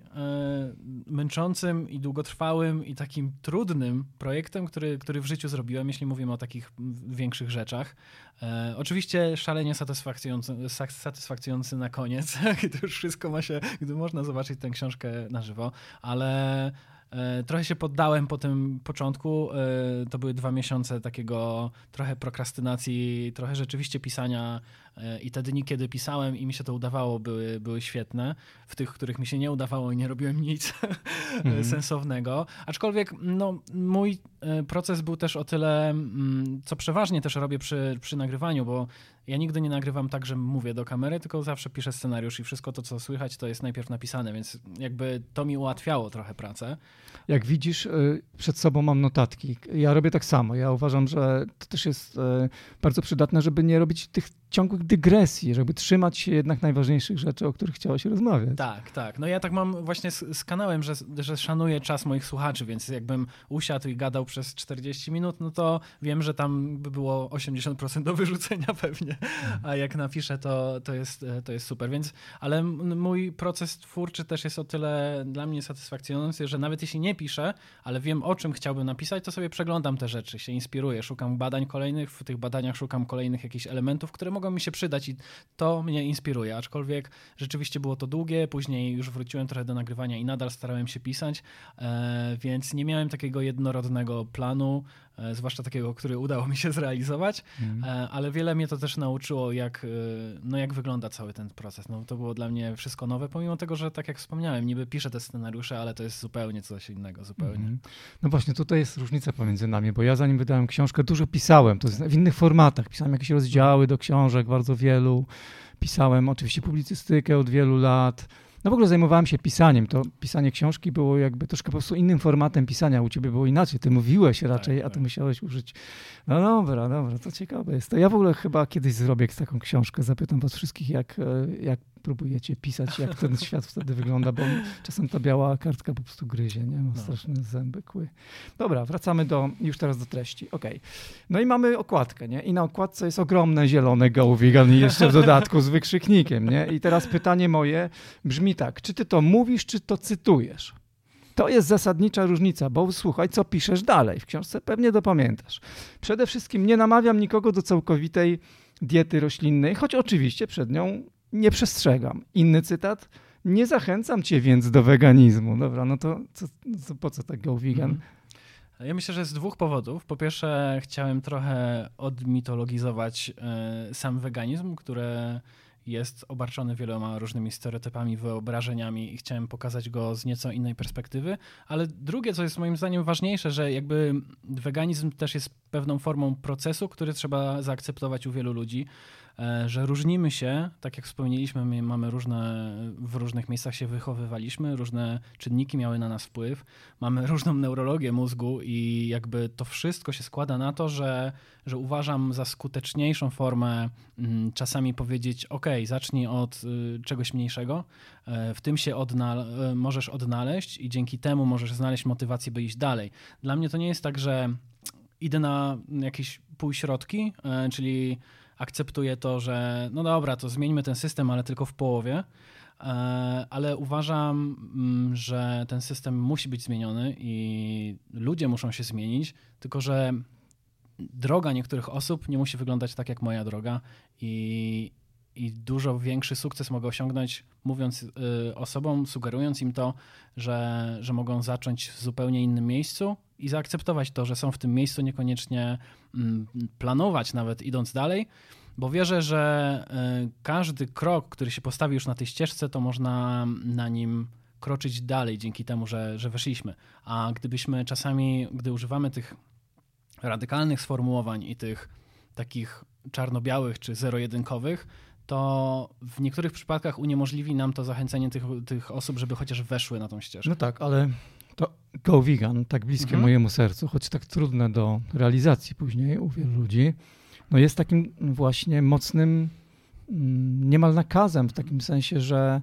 męczącym i długotrwałym i takim trudnym projektem, który w życiu zrobiłem, jeśli mówimy o takich większych rzeczach. Oczywiście szalenie satysfakcjonujący na koniec, gdy już wszystko gdy można zobaczyć tę książkę na żywo, ale trochę się poddałem po tym początku. To były 2 miesiące takiego trochę prokrastynacji, trochę rzeczywiście pisania i te dni, kiedy pisałem i mi się to udawało, były świetne. W tych, których mi się nie udawało i nie robiłem nic sensownego. Aczkolwiek mój proces był też o tyle, co przeważnie też robię przy nagrywaniu, bo ja nigdy nie nagrywam tak, że mówię do kamery, tylko zawsze piszę scenariusz i wszystko to, co słychać, to jest najpierw napisane, więc jakby to mi ułatwiało trochę pracę. Jak widzisz, przed sobą mam notatki. Ja robię tak samo. Ja uważam, że to też jest bardzo przydatne, żeby nie robić tych ciągłych dygresji, żeby trzymać się jednak najważniejszych rzeczy, o których chciało się rozmawiać. Tak. No ja tak mam właśnie z kanałem, że szanuję czas moich słuchaczy, więc jakbym usiadł i gadał przez 40 minut, no to wiem, że tam by było 80% do wyrzucenia pewnie, a jak napiszę, to jest super. Więc, ale mój proces twórczy też jest o tyle dla mnie satysfakcjonujący, że nawet jeśli nie piszę, ale wiem, o czym chciałbym napisać, to sobie przeglądam te rzeczy, się inspiruję, szukam badań kolejnych, w tych badaniach szukam kolejnych jakichś elementów, które mogą mi się przydać i to mnie inspiruje, aczkolwiek rzeczywiście było to długie, później już wróciłem trochę do nagrywania i nadal starałem się pisać, więc nie miałem takiego jednorodnego planu, zwłaszcza takiego, który udało mi się zrealizować, ale wiele mnie to też nauczyło, jak wygląda cały ten proces. No, to było dla mnie wszystko nowe, pomimo tego, że tak jak wspomniałem, niby piszę te scenariusze, ale to jest zupełnie coś innego, zupełnie. No właśnie, tutaj jest różnica pomiędzy nami, bo ja zanim wydałem książkę, dużo pisałem, to jest w innych formatach, pisałem jakieś rozdziały do książek, bardzo wielu, pisałem oczywiście publicystykę od wielu lat. No w ogóle zajmowałem się pisaniem. To pisanie książki było jakby troszkę po prostu innym formatem pisania. U ciebie było inaczej. Ty mówiłeś raczej, a ty musiałeś użyć. No dobra, to ciekawe jest. To ja w ogóle chyba kiedyś zrobię taką książkę. Zapytam was wszystkich, jak próbujecie pisać, jak ten świat wtedy wygląda, bo czasem ta biała kartka po prostu gryzie, nie? Ma straszne zęby, kły. Dobra, wracamy już teraz do treści. Okej. No i mamy okładkę, nie? I na okładce jest ogromne zielone Go Vegan i jeszcze w dodatku z wykrzyknikiem, nie? I teraz pytanie moje brzmi tak, czy ty to mówisz, czy to cytujesz? To jest zasadnicza różnica, bo słuchaj, co piszesz dalej. W książce pewnie dopamiętasz. Przede wszystkim nie namawiam nikogo do całkowitej diety roślinnej, choć oczywiście przed nią nie przestrzegam. Inny cytat. Nie zachęcam cię więc do weganizmu. Dobra, no to po co tak Go Vegan? Ja myślę, że z dwóch powodów. Po pierwsze, chciałem trochę odmitologizować sam weganizm, który jest obarczony wieloma różnymi stereotypami, wyobrażeniami i chciałem pokazać go z nieco innej perspektywy. Ale drugie, co jest moim zdaniem ważniejsze, że jakby weganizm też jest pewną formą procesu, który trzeba zaakceptować u wielu ludzi, że różnimy się, tak jak wspomnieliśmy, my mamy w różnych miejscach się wychowywaliśmy, różne czynniki miały na nas wpływ, mamy różną neurologię mózgu i jakby to wszystko się składa na to, że uważam za skuteczniejszą formę czasami powiedzieć, zacznij od czegoś mniejszego, w tym się możesz odnaleźć i dzięki temu możesz znaleźć motywację, by iść dalej. Dla mnie to nie jest tak, że idę na jakieś półśrodki, czyli akceptuję to, że no dobra, to zmieńmy ten system, ale tylko w połowie, ale uważam, że ten system musi być zmieniony i ludzie muszą się zmienić, tylko że droga niektórych osób nie musi wyglądać tak jak moja droga i dużo większy sukces mogę osiągnąć, mówiąc osobom, sugerując im to, że mogą zacząć w zupełnie innym miejscu i zaakceptować to, że są w tym miejscu, niekoniecznie planować nawet idąc dalej, bo wierzę, że każdy krok, który się postawi już na tej ścieżce, to można na nim kroczyć dalej dzięki temu, że weszliśmy. A gdybyśmy czasami, gdy używamy tych radykalnych sformułowań i tych takich czarno-białych czy zero-jedynkowych, to w niektórych przypadkach uniemożliwi nam to zachęcenie tych osób, żeby chociaż weszły na tą ścieżkę. No tak, ale to Go Vegan, tak bliskie mojemu sercu, choć tak trudne do realizacji później u wielu ludzi, no jest takim właśnie mocnym niemal nakazem w takim sensie, że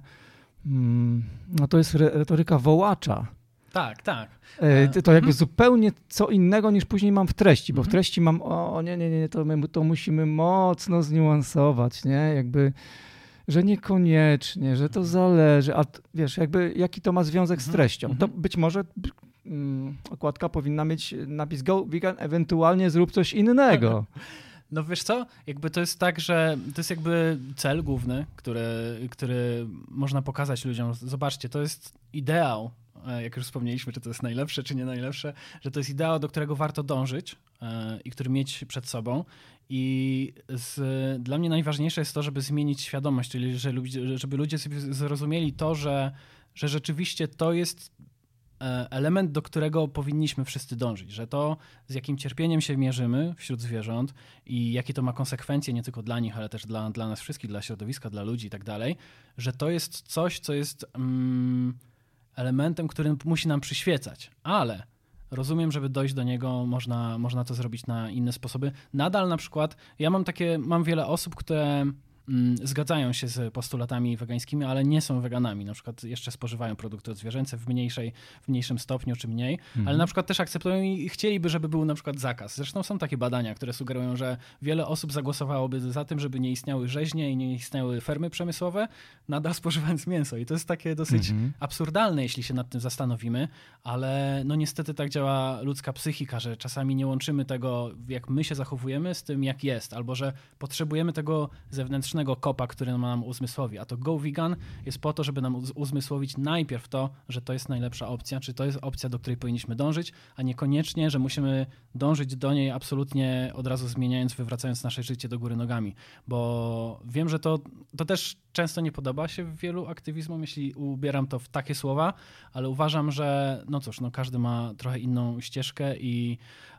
no to jest retoryka wołacza. Tak. To jakby zupełnie co innego niż później mam w treści, bo w treści mam, nie, to musimy mocno zniuansować, nie? Jakby, że niekoniecznie, że to zależy, a wiesz, jakby jaki to ma związek z treścią. To być może okładka powinna mieć napis Go Vegan, ewentualnie zrób coś innego. No wiesz co, jakby to jest tak, że to jest jakby cel główny, który można pokazać ludziom. Zobaczcie, to jest ideał, jak już wspomnieliśmy, czy to jest najlepsze, czy nie najlepsze, że to jest ideał, do którego warto dążyć i który mieć przed sobą. I dla mnie najważniejsze jest to, żeby zmienić świadomość, czyli żeby ludzie sobie zrozumieli to, że rzeczywiście to jest element, do którego powinniśmy wszyscy dążyć, że to, z jakim cierpieniem się mierzymy wśród zwierząt i jakie to ma konsekwencje nie tylko dla nich, ale też dla nas wszystkich, dla środowiska, dla ludzi i tak dalej, że to jest coś, co jest elementem, który musi nam przyświecać, ale rozumiem, żeby dojść do niego, można to zrobić na inne sposoby. Nadal na przykład, ja mam wiele osób, które zgadzają się z postulatami wegańskimi, ale nie są weganami. Na przykład jeszcze spożywają produkty odzwierzęce w mniejszym stopniu czy mniej, ale na przykład też akceptują i chcieliby, żeby był na przykład zakaz. Zresztą są takie badania, które sugerują, że wiele osób zagłosowałoby za tym, żeby nie istniały rzeźnie i nie istniały fermy przemysłowe, nadal spożywając mięso. I to jest takie dosyć absurdalne, jeśli się nad tym zastanowimy, ale no niestety tak działa ludzka psychika, że czasami nie łączymy tego, jak my się zachowujemy, z tym, jak jest, albo że potrzebujemy tego zewnętrznego kopa, który nam uzmysłowi. A to Go Vegan jest po to, żeby nam uzmysłowić najpierw to, że to jest najlepsza opcja, czy to jest opcja, do której powinniśmy dążyć, a niekoniecznie, że musimy dążyć do niej absolutnie od razu zmieniając, wywracając nasze życie do góry nogami. Bo wiem, że to też często nie podoba się wielu aktywizmom, jeśli ubieram to w takie słowa, ale uważam, że no cóż, każdy ma trochę inną ścieżkę i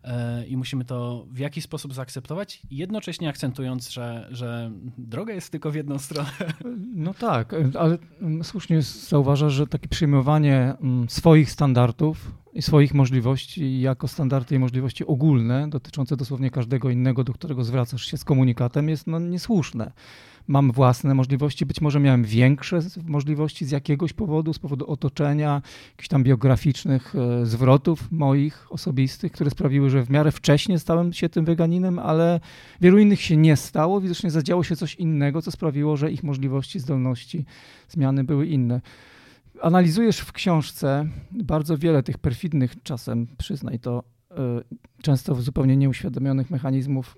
musimy to w jakiś sposób zaakceptować, jednocześnie akcentując, że droga jest tylko w jedną stronę. No tak, ale słusznie zauważasz, że takie przyjmowanie swoich standardów i swoich możliwości jako standardy i możliwości ogólne, dotyczące dosłownie każdego innego, do którego zwracasz się z komunikatem, jest niesłuszne. Mam własne możliwości, być może miałem większe możliwości z jakiegoś powodu, z powodu otoczenia, jakichś tam biograficznych zwrotów moich osobistych, które sprawiły, że w miarę wcześnie stałem się tym weganinem, ale wielu innych się nie stało. Widocznie zadziało się coś innego, co sprawiło, że ich możliwości, zdolności, zmiany były inne. Analizujesz w książce bardzo wiele tych perfidnych, czasem przyznaj to, często zupełnie nieuświadomionych mechanizmów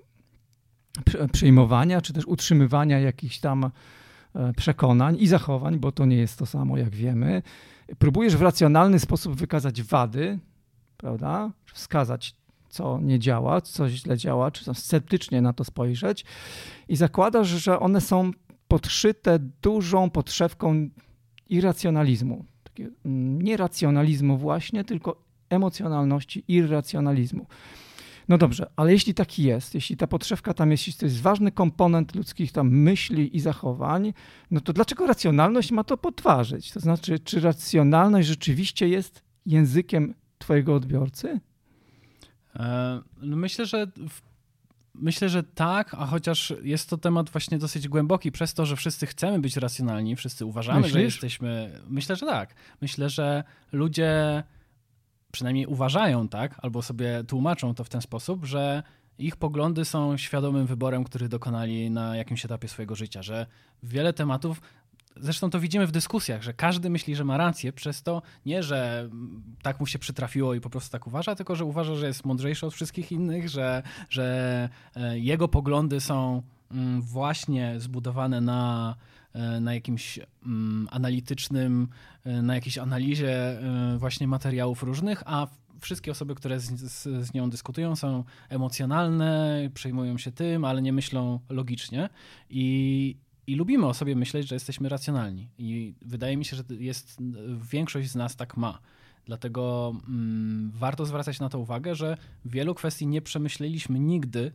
przyjmowania, czy też utrzymywania jakichś tam przekonań i zachowań, bo to nie jest to samo, jak wiemy. Próbujesz w racjonalny sposób wykazać wady, prawda? Wskazać, co nie działa, co źle działa, czy tam sceptycznie na to spojrzeć i zakładasz, że one są podszyte dużą podszewką irracjonalizmu. Nie racjonalizmu właśnie, tylko emocjonalności, irracjonalizmu. No dobrze, ale jeśli taki jest, jeśli ta podszewka tam jest, jeśli to jest ważny komponent ludzkich tam myśli i zachowań, no to dlaczego racjonalność ma to podważyć? To znaczy, czy racjonalność rzeczywiście jest językiem twojego odbiorcy? Myślę, że tak, a chociaż jest to temat właśnie dosyć głęboki, przez to, że wszyscy chcemy być racjonalni, wszyscy uważamy, że jesteśmy... Myślę, że tak. Myślę, że ludzie przynajmniej uważają tak, albo sobie tłumaczą to w ten sposób, że ich poglądy są świadomym wyborem, który dokonali na jakimś etapie swojego życia, że wiele tematów, zresztą to widzimy w dyskusjach, że każdy myśli, że ma rację, przez to nie, że tak mu się przytrafiło i po prostu tak uważa, tylko że uważa, że jest mądrzejszy od wszystkich innych, że jego poglądy są właśnie zbudowane na jakimś analitycznym, na jakiejś analizie właśnie materiałów różnych, a wszystkie osoby, które z nią dyskutują, są emocjonalne, przejmują się tym, ale nie myślą logicznie i lubimy o sobie myśleć, że jesteśmy racjonalni i wydaje mi się, że większość z nas tak ma. Dlatego warto zwracać na to uwagę, że wielu kwestii nie przemyśleliśmy nigdy.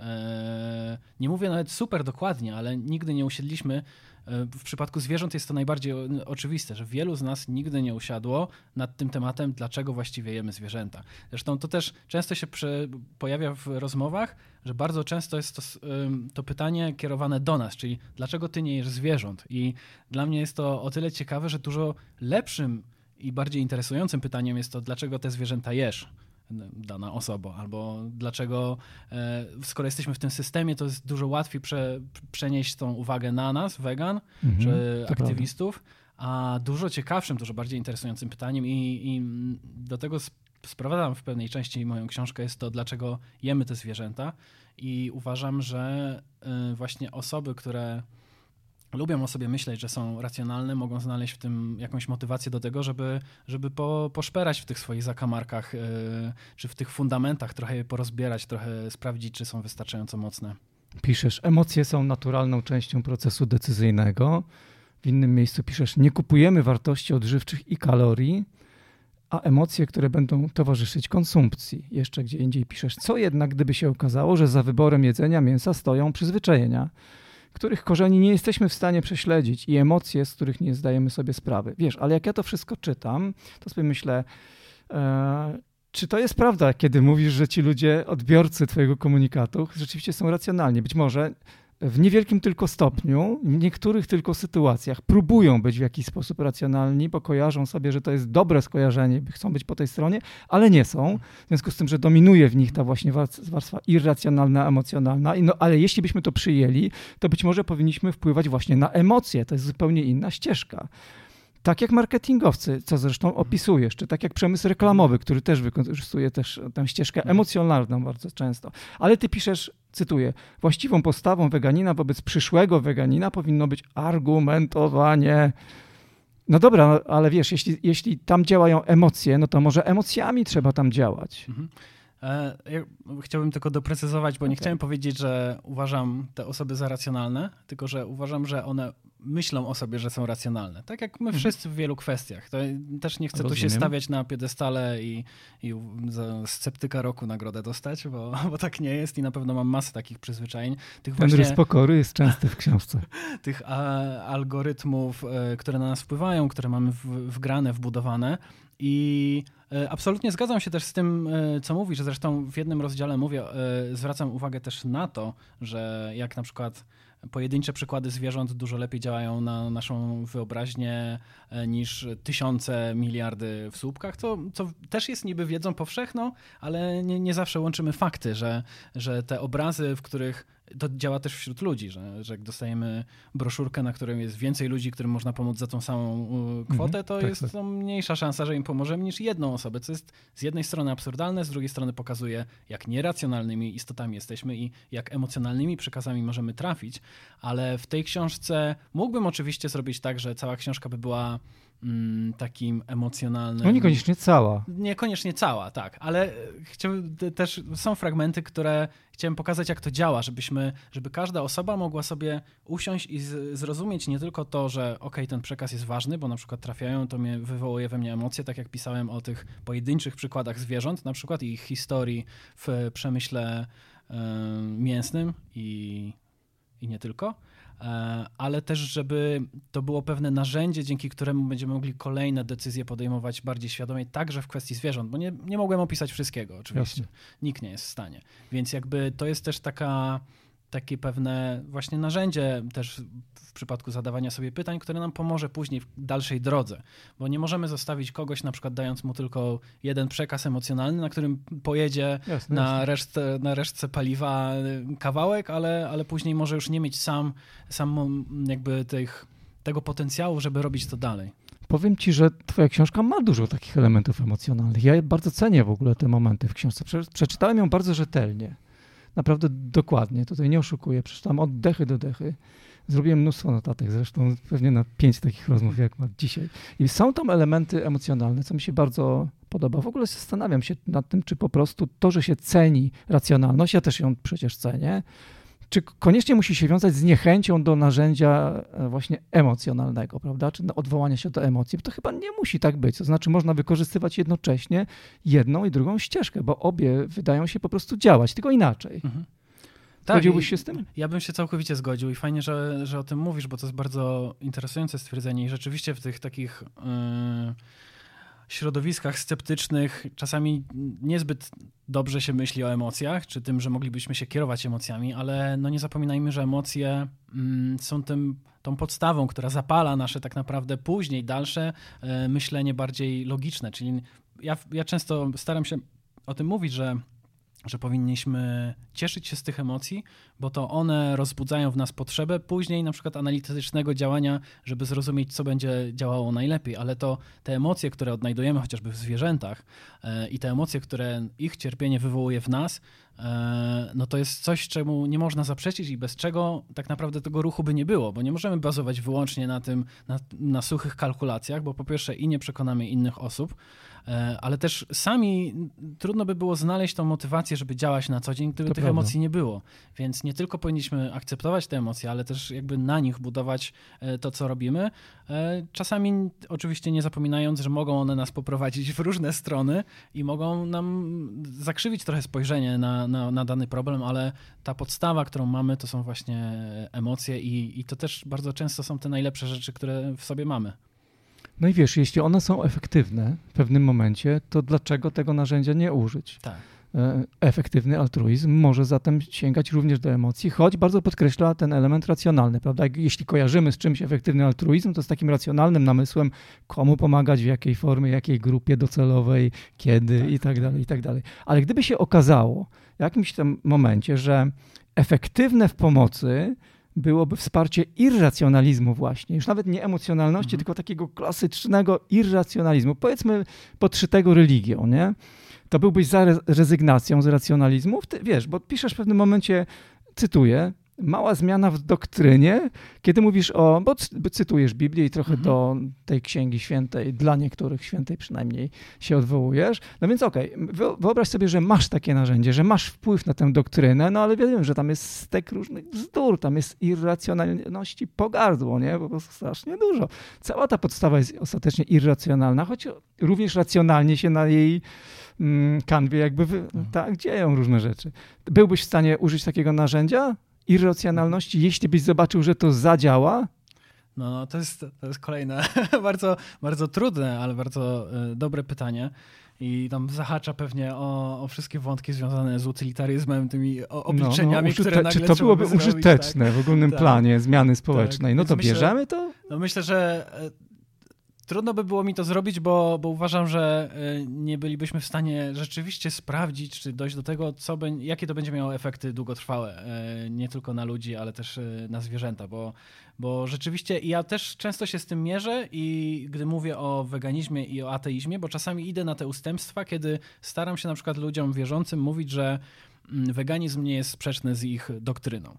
Nie mówię nawet super dokładnie, ale nigdy nie usiedliśmy. W przypadku zwierząt jest to najbardziej oczywiste, że wielu z nas nigdy nie usiadło nad tym tematem, dlaczego właściwie jemy zwierzęta. Zresztą to też często się pojawia w rozmowach, że bardzo często jest to pytanie kierowane do nas, czyli dlaczego ty nie jesz zwierząt? I dla mnie jest to o tyle ciekawe, że dużo lepszym i bardziej interesującym pytaniem jest to, dlaczego te zwierzęta jesz? Dana osoba, albo dlaczego, skoro jesteśmy w tym systemie, to jest dużo łatwiej przenieść tą uwagę na nas, wegan, czy aktywistów, prawda. A dużo ciekawszym, dużo bardziej interesującym pytaniem i do tego sprowadzam w pewnej części moją książkę, jest to, dlaczego jemy te zwierzęta i uważam, że właśnie osoby, które lubią o sobie myśleć, że są racjonalne, mogą znaleźć w tym jakąś motywację do tego, żeby poszperać w tych swoich zakamarkach, czy w tych fundamentach, trochę je porozbierać, trochę sprawdzić, czy są wystarczająco mocne. Piszesz, emocje są naturalną częścią procesu decyzyjnego. W innym miejscu piszesz, nie kupujemy wartości odżywczych i kalorii, a emocje, które będą towarzyszyć konsumpcji. Jeszcze gdzie indziej piszesz, co jednak, gdyby się okazało, że za wyborem jedzenia mięsa stoją przyzwyczajenia, których korzeni nie jesteśmy w stanie prześledzić i emocje, z których nie zdajemy sobie sprawy. Wiesz, ale jak ja to wszystko czytam, to sobie myślę, Czy to jest prawda, kiedy mówisz, że ci ludzie, odbiorcy twojego komunikatu, rzeczywiście są racjonalni? Być może w niewielkim tylko stopniu, w niektórych tylko sytuacjach próbują być w jakiś sposób racjonalni, bo kojarzą sobie, że to jest dobre skojarzenie, chcą być po tej stronie, ale nie są. W związku z tym, że dominuje w nich ta właśnie warstwa irracjonalna, emocjonalna. Ale jeśli byśmy to przyjęli, to być może powinniśmy wpływać właśnie na emocje. To jest zupełnie inna ścieżka. Tak jak marketingowcy, co zresztą opisujesz, czy tak jak przemysł reklamowy, który też wykorzystuje tę ścieżkę emocjonalną bardzo często. Ale ty piszesz, cytuję, właściwą postawą weganina wobec przyszłego weganina powinno być argumentowanie. No dobra, ale wiesz, jeśli tam działają emocje, no to może emocjami trzeba tam działać. Ja chciałbym tylko doprecyzować, bo nie chciałem powiedzieć, że uważam te osoby za racjonalne, tylko że uważam, że one myślą o sobie, że są racjonalne. Tak jak my wszyscy w wielu kwestiach. To też nie chcę tu się stawiać na piedestale i za sceptyka roku nagrodę dostać, bo tak nie jest i na pewno mam masę takich przyzwyczajeń. Ten rys pokory jest częsty w książce. Tych algorytmów, które na nas wpływają, które mamy wgrane, wbudowane. I absolutnie zgadzam się też z tym, co mówisz. Zresztą w jednym rozdziale zwracam uwagę też na to, że jak na przykład pojedyncze przykłady zwierząt dużo lepiej działają na naszą wyobraźnię niż tysiące, miliardy w słupkach, co też jest niby wiedzą powszechną, ale nie zawsze łączymy fakty, że te obrazy, w których to działa też wśród ludzi, że jak dostajemy broszurkę, na którym jest więcej ludzi, którym można pomóc za tą samą kwotę, to jest to mniejsza szansa, że im pomożemy niż jedną osobę, co jest z jednej strony absurdalne, z drugiej strony pokazuje, jak nieracjonalnymi istotami jesteśmy i jak emocjonalnymi przekazami możemy trafić, ale w tej książce mógłbym oczywiście zrobić tak, że cała książka by była takim emocjonalnym... No niekoniecznie cała. Niekoniecznie cała, tak, ale też są fragmenty, które chciałem pokazać, jak to działa, żeby każda osoba mogła sobie usiąść i zrozumieć nie tylko to, że ten przekaz jest ważny, bo na przykład trafiają, to wywołuje we mnie emocje, tak jak pisałem o tych pojedynczych przykładach zwierząt, na przykład i ich historii w przemyśle mięsnym i nie tylko, ale też, żeby to było pewne narzędzie, dzięki któremu będziemy mogli kolejne decyzje podejmować bardziej świadomie, także w kwestii zwierząt, bo nie mogłem opisać wszystkiego oczywiście. Jasne. Nikt nie jest w stanie. Więc jakby to jest też takie pewne właśnie narzędzie też w przypadku zadawania sobie pytań, które nam pomoże później w dalszej drodze, bo nie możemy zostawić kogoś, na przykład dając mu tylko jeden przekaz emocjonalny, na którym pojedzie na resztce paliwa kawałek, ale później może już nie mieć sam jakby tego potencjału, żeby robić to dalej. Powiem ci, że twoja książka ma dużo takich elementów emocjonalnych. Ja bardzo cenię w ogóle te momenty w książce. Przeczytałem ją bardzo rzetelnie. Naprawdę dokładnie, tutaj nie oszukuję, przeczytałem od dechy do dechy. Zrobiłem mnóstwo notatek, zresztą pewnie na 5 takich rozmów jak ma dzisiaj. I są tam elementy emocjonalne, co mi się bardzo podoba. W ogóle zastanawiam się nad tym, czy po prostu to, że się ceni racjonalność, ja też ją przecież cenię, czy koniecznie musi się wiązać z niechęcią do narzędzia właśnie emocjonalnego, prawda? Czy odwołania się do emocji? Bo to chyba nie musi tak być. To znaczy można wykorzystywać jednocześnie jedną i drugą ścieżkę, bo obie wydają się po prostu działać, tylko inaczej. Zgodziłbyś się z tym? Ja bym się całkowicie zgodził i fajnie, że o tym mówisz, bo to jest bardzo interesujące stwierdzenie i rzeczywiście w tych takich środowiskach sceptycznych czasami niezbyt dobrze się myśli o emocjach, czy tym, że moglibyśmy się kierować emocjami, ale nie zapominajmy, że emocje są tą podstawą, która zapala nasze tak naprawdę później dalsze myślenie bardziej logiczne. Czyli ja często staram się o tym mówić, że powinniśmy cieszyć się z tych emocji, bo to one rozbudzają w nas potrzebę później na przykład analitycznego działania, żeby zrozumieć, co będzie działało najlepiej, ale to te emocje, które odnajdujemy chociażby w zwierzętach i te emocje, które ich cierpienie wywołuje w nas, to jest coś, czemu nie można zaprzeczyć i bez czego tak naprawdę tego ruchu by nie było, bo nie możemy bazować wyłącznie na suchych kalkulacjach, bo po pierwsze nie przekonamy innych osób, ale też sami trudno by było znaleźć tą motywację, żeby działać na co dzień, gdyby tych emocji nie było. Więc nie tylko powinniśmy akceptować te emocje, ale też jakby na nich budować to, co robimy. Czasami oczywiście nie zapominając, że mogą one nas poprowadzić w różne strony i mogą nam zakrzywić trochę spojrzenie na dany problem, ale ta podstawa, którą mamy, to są właśnie emocje i to też bardzo często są te najlepsze rzeczy, które w sobie mamy. No i wiesz, jeśli one są efektywne w pewnym momencie, to dlaczego tego narzędzia nie użyć? Tak. Efektywny altruizm może zatem sięgać również do emocji, choć bardzo podkreśla ten element racjonalny, prawda? Jeśli kojarzymy z czymś efektywny altruizm, to z takim racjonalnym namysłem, komu pomagać, w jakiej formie, jakiej grupie docelowej, kiedy i tak dalej, i tak dalej. Ale gdyby się okazało w jakimś tam momencie, że efektywne w pomocy byłoby wsparcie irracjonalizmu właśnie, już nawet nie emocjonalności, tylko takiego klasycznego irracjonalizmu, powiedzmy podszytego religią, nie? To byłbyś za rezygnacją z racjonalizmu? Wiesz, bo piszesz w pewnym momencie, cytuję, mała zmiana w doktrynie, kiedy mówisz bo cytujesz Biblię i trochę do tej księgi świętej, dla niektórych świętej przynajmniej się odwołujesz. No więc okej, wyobraź sobie, że masz takie narzędzie, że masz wpływ na tę doktrynę, no ale wiem, że tam jest stek różnych bzdur, tam jest irracjonalności po gardło, nie? Po prostu strasznie dużo. Cała ta podstawa jest ostatecznie irracjonalna, choć również racjonalnie się na jej kanwie jakby tak dzieją różne rzeczy. Byłbyś w stanie użyć takiego narzędzia irracjonalności, jeśli byś zobaczył, że to zadziała? No, to jest kolejne bardzo, bardzo trudne, ale bardzo dobre pytanie. I tam zahacza pewnie o wszystkie wątki związane z utylitaryzmem, tymi obliczeniami, które nagle czy to byłoby zrobić, użyteczne tak? w ogólnym planie zmiany społecznej? Tak. No to Myślę, bierzemy to? No myślę, że trudno by było mi to zrobić, bo uważam, że nie bylibyśmy w stanie rzeczywiście sprawdzić, czy dojść do tego, jakie to będzie miało efekty długotrwałe. Nie tylko na ludzi, ale też na zwierzęta, bo rzeczywiście ja też często się z tym mierzę i gdy mówię o weganizmie i o ateizmie, bo czasami idę na te ustępstwa, kiedy staram się na przykład ludziom wierzącym mówić, że weganizm nie jest sprzeczny z ich doktryną.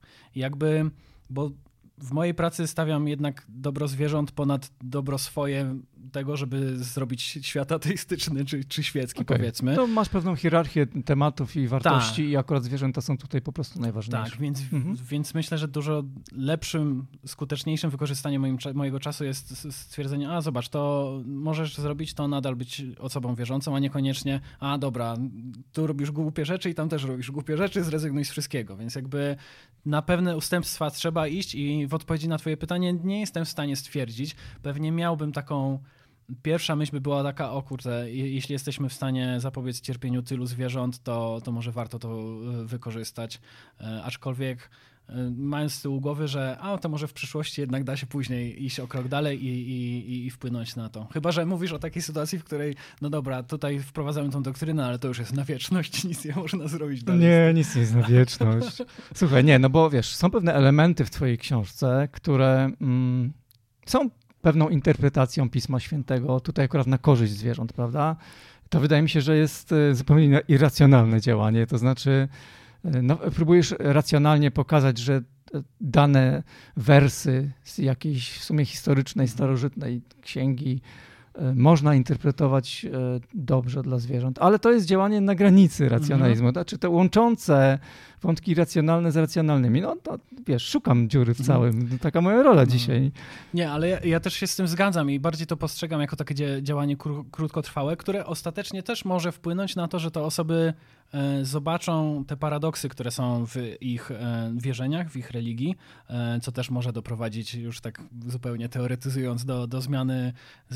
Bo w mojej pracy stawiam jednak dobro zwierząt ponad dobro swoje tego, żeby zrobić świat ateistyczny czy świecki, powiedzmy. To masz pewną hierarchię tematów i wartości i akurat zwierzęta są tutaj po prostu najważniejsze. Tak, więc myślę, że dużo lepszym, skuteczniejszym wykorzystaniem mojego czasu jest stwierdzenie, zobacz, to możesz zrobić to nadal być osobą wierzącą, a niekoniecznie, dobra, tu robisz głupie rzeczy i tam też robisz głupie rzeczy, zrezygnuj z wszystkiego. Więc jakby na pewne ustępstwa trzeba iść i w odpowiedzi na twoje pytanie nie jestem w stanie stwierdzić. Pewnie miałbym taką... Pierwsza myśl by była taka, jeśli jesteśmy w stanie zapobiec cierpieniu tylu zwierząt, to może warto to wykorzystać. Aczkolwiek mając z tyłu głowy, że to może w przyszłości jednak da się później iść o krok dalej i wpłynąć na to. Chyba że mówisz o takiej sytuacji, w której no dobra, tutaj wprowadzamy tą doktrynę, ale to już jest na wieczność, nic nie można zrobić dalej. Nie, nic nie jest na wieczność. Słuchaj, no bo wiesz, są pewne elementy w twojej książce, które są pewną interpretacją Pisma Świętego, tutaj akurat na korzyść zwierząt, prawda? To wydaje mi się, że jest zupełnie irracjonalne działanie, to znaczy próbujesz racjonalnie pokazać, że dane wersy z jakiejś w sumie historycznej, starożytnej księgi można interpretować dobrze dla zwierząt, ale to jest działanie na granicy racjonalizmu, znaczy te łączące wątki racjonalne z racjonalnymi. No to wiesz, szukam dziury w całym, taka moja rola dzisiaj. Nie, ale ja też się z tym zgadzam i bardziej to postrzegam jako takie działanie krótkotrwałe, które ostatecznie też może wpłynąć na to, że te osoby zobaczą te paradoksy, które są w ich wierzeniach, w ich religii, co też może doprowadzić, już tak zupełnie teoretyzując, do zmiany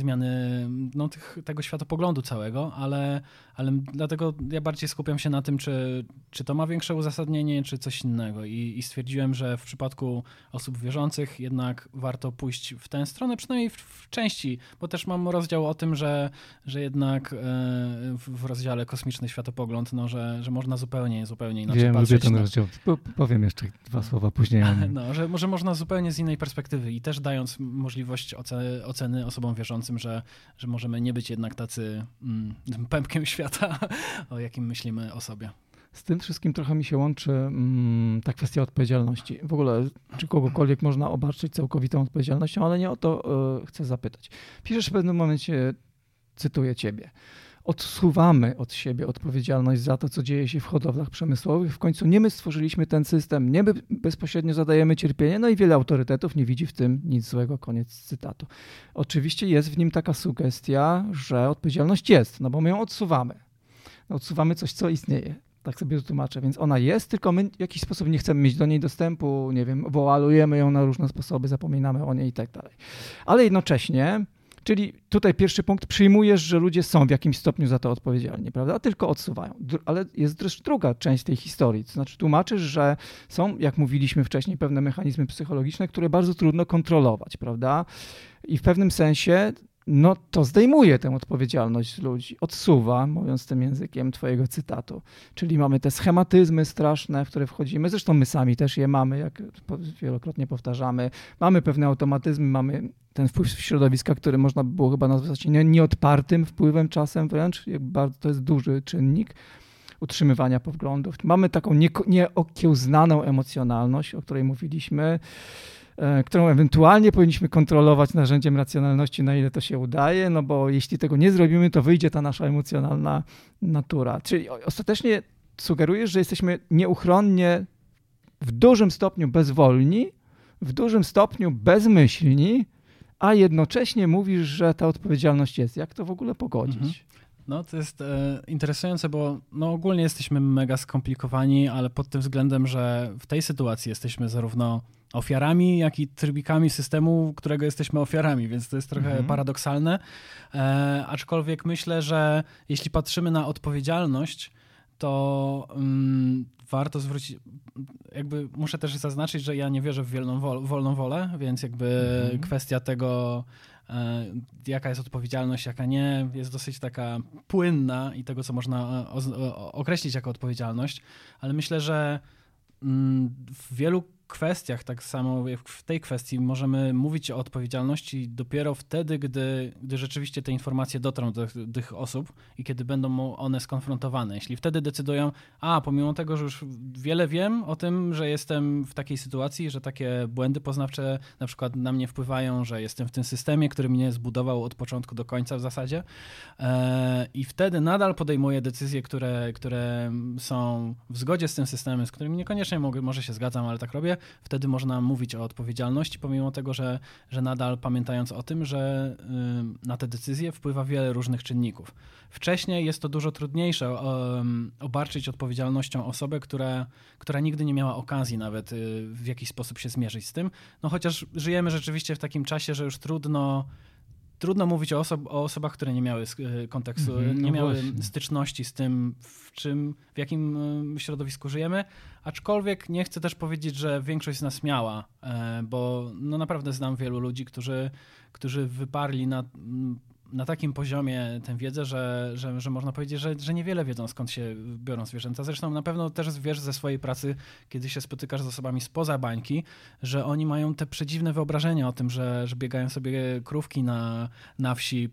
tego światopoglądu całego, ale dlatego ja bardziej skupiam się na tym, czy to ma większe uzasadnienie, czy coś innego i stwierdziłem, że w przypadku osób wierzących jednak warto pójść w tę stronę, przynajmniej w części, bo też mam rozdział o tym, że jednak w rozdziale Kosmiczny Światopogląd, że można zupełnie inaczej patrzeć. Lubię ten rozdział. Powiem jeszcze 2 słowa później. Że można zupełnie z innej perspektywy i też dając możliwość oceny osobom wierzącym, że możemy nie być jednak tacy pępkiem świata, o jakim myślimy o sobie. Z tym wszystkim trochę mi się łączy ta kwestia odpowiedzialności. W ogóle, czy kogokolwiek można obarczyć całkowitą odpowiedzialnością, ale nie o to chcę zapytać. Piszesz w pewnym momencie, cytuję ciebie, odsuwamy od siebie odpowiedzialność za to, co dzieje się w hodowlach przemysłowych. W końcu nie my stworzyliśmy ten system, nie my bezpośrednio zadajemy cierpienie, no i wiele autorytetów nie widzi w tym nic złego. Koniec cytatu. Oczywiście jest w nim taka sugestia, że odpowiedzialność jest, no bo my ją odsuwamy. Odsuwamy coś, co istnieje. Tak sobie to tłumaczę. Więc ona jest, tylko my w jakiś sposób nie chcemy mieć do niej dostępu, nie wiem, woalujemy ją na różne sposoby, zapominamy o niej i tak dalej. Ale jednocześnie Czyli tutaj pierwszy punkt, przyjmujesz, że ludzie są w jakimś stopniu za to odpowiedzialni, prawda? Tylko odsuwają. Ale jest też druga część tej historii, to znaczy tłumaczysz, że są, jak mówiliśmy wcześniej, pewne mechanizmy psychologiczne, które bardzo trudno kontrolować, prawda? I w pewnym sensie no to zdejmuje tę odpowiedzialność z ludzi, odsuwa, mówiąc tym językiem twojego cytatu. Czyli mamy te schematyzmy straszne, w które wchodzimy, zresztą my sami też je mamy, jak wielokrotnie powtarzamy. Mamy pewne automatyzmy, mamy ten wpływ w środowiska, który można by było chyba nazwać nieodpartym wpływem czasem wręcz, to jest duży czynnik utrzymywania poglądów. Mamy taką nieokiełznaną emocjonalność, o której mówiliśmy, którą ewentualnie powinniśmy kontrolować narzędziem racjonalności, na ile to się udaje, no bo jeśli tego nie zrobimy, to wyjdzie ta nasza emocjonalna natura. Czyli ostatecznie sugerujesz, że jesteśmy nieuchronnie w dużym stopniu bezwolni, w dużym stopniu bezmyślni, a jednocześnie mówisz, że ta odpowiedzialność jest. Jak to w ogóle pogodzić? No to jest interesujące, bo no, ogólnie jesteśmy mega skomplikowani, ale pod tym względem, że w tej sytuacji jesteśmy zarówno ofiarami, jak i trybikami systemu, którego jesteśmy ofiarami, więc to jest trochę paradoksalne. Aczkolwiek myślę, że jeśli patrzymy na odpowiedzialność, to warto zwrócić, jakby muszę też zaznaczyć, że ja nie wierzę w wolną wolę, więc jakby kwestia tego, jaka jest odpowiedzialność, jaka nie, jest dosyć taka płynna i tego, co można określić jako odpowiedzialność, ale myślę, że w wielu kwestiach, tak samo jak w tej kwestii, możemy mówić o odpowiedzialności dopiero wtedy, gdy rzeczywiście te informacje dotrą do tych osób i kiedy będą one skonfrontowane. Jeśli wtedy decydują, pomimo tego, że już wiele wiem o tym, że jestem w takiej sytuacji, że takie błędy poznawcze na przykład na mnie wpływają, że jestem w tym systemie, który mnie zbudował od początku do końca w zasadzie i wtedy nadal podejmuję decyzje, które są w zgodzie z tym systemem, z którymi niekoniecznie może się zgadzam, ale tak robię, wtedy można mówić o odpowiedzialności, pomimo tego, że nadal pamiętając o tym, że na te decyzje wpływa wiele różnych czynników. Wcześniej jest to dużo trudniejsze obarczyć odpowiedzialnością osobę, która nigdy nie miała okazji nawet w jakiś sposób się zmierzyć z tym, no chociaż żyjemy rzeczywiście w takim czasie, że już trudno mówić o osobach, które nie miały kontekstu, nie miały styczności z tym, w jakim środowisku żyjemy, aczkolwiek nie chcę też powiedzieć, że większość z nas miała, bo no naprawdę znam wielu ludzi, którzy wyparli na takim poziomie tę wiedzę, że można powiedzieć, że niewiele wiedzą, skąd się biorą zwierzęta. Zresztą na pewno też wiesz ze swojej pracy, kiedy się spotykasz z osobami spoza bańki, że oni mają te przedziwne wyobrażenia o tym, że biegają sobie krówki na wsi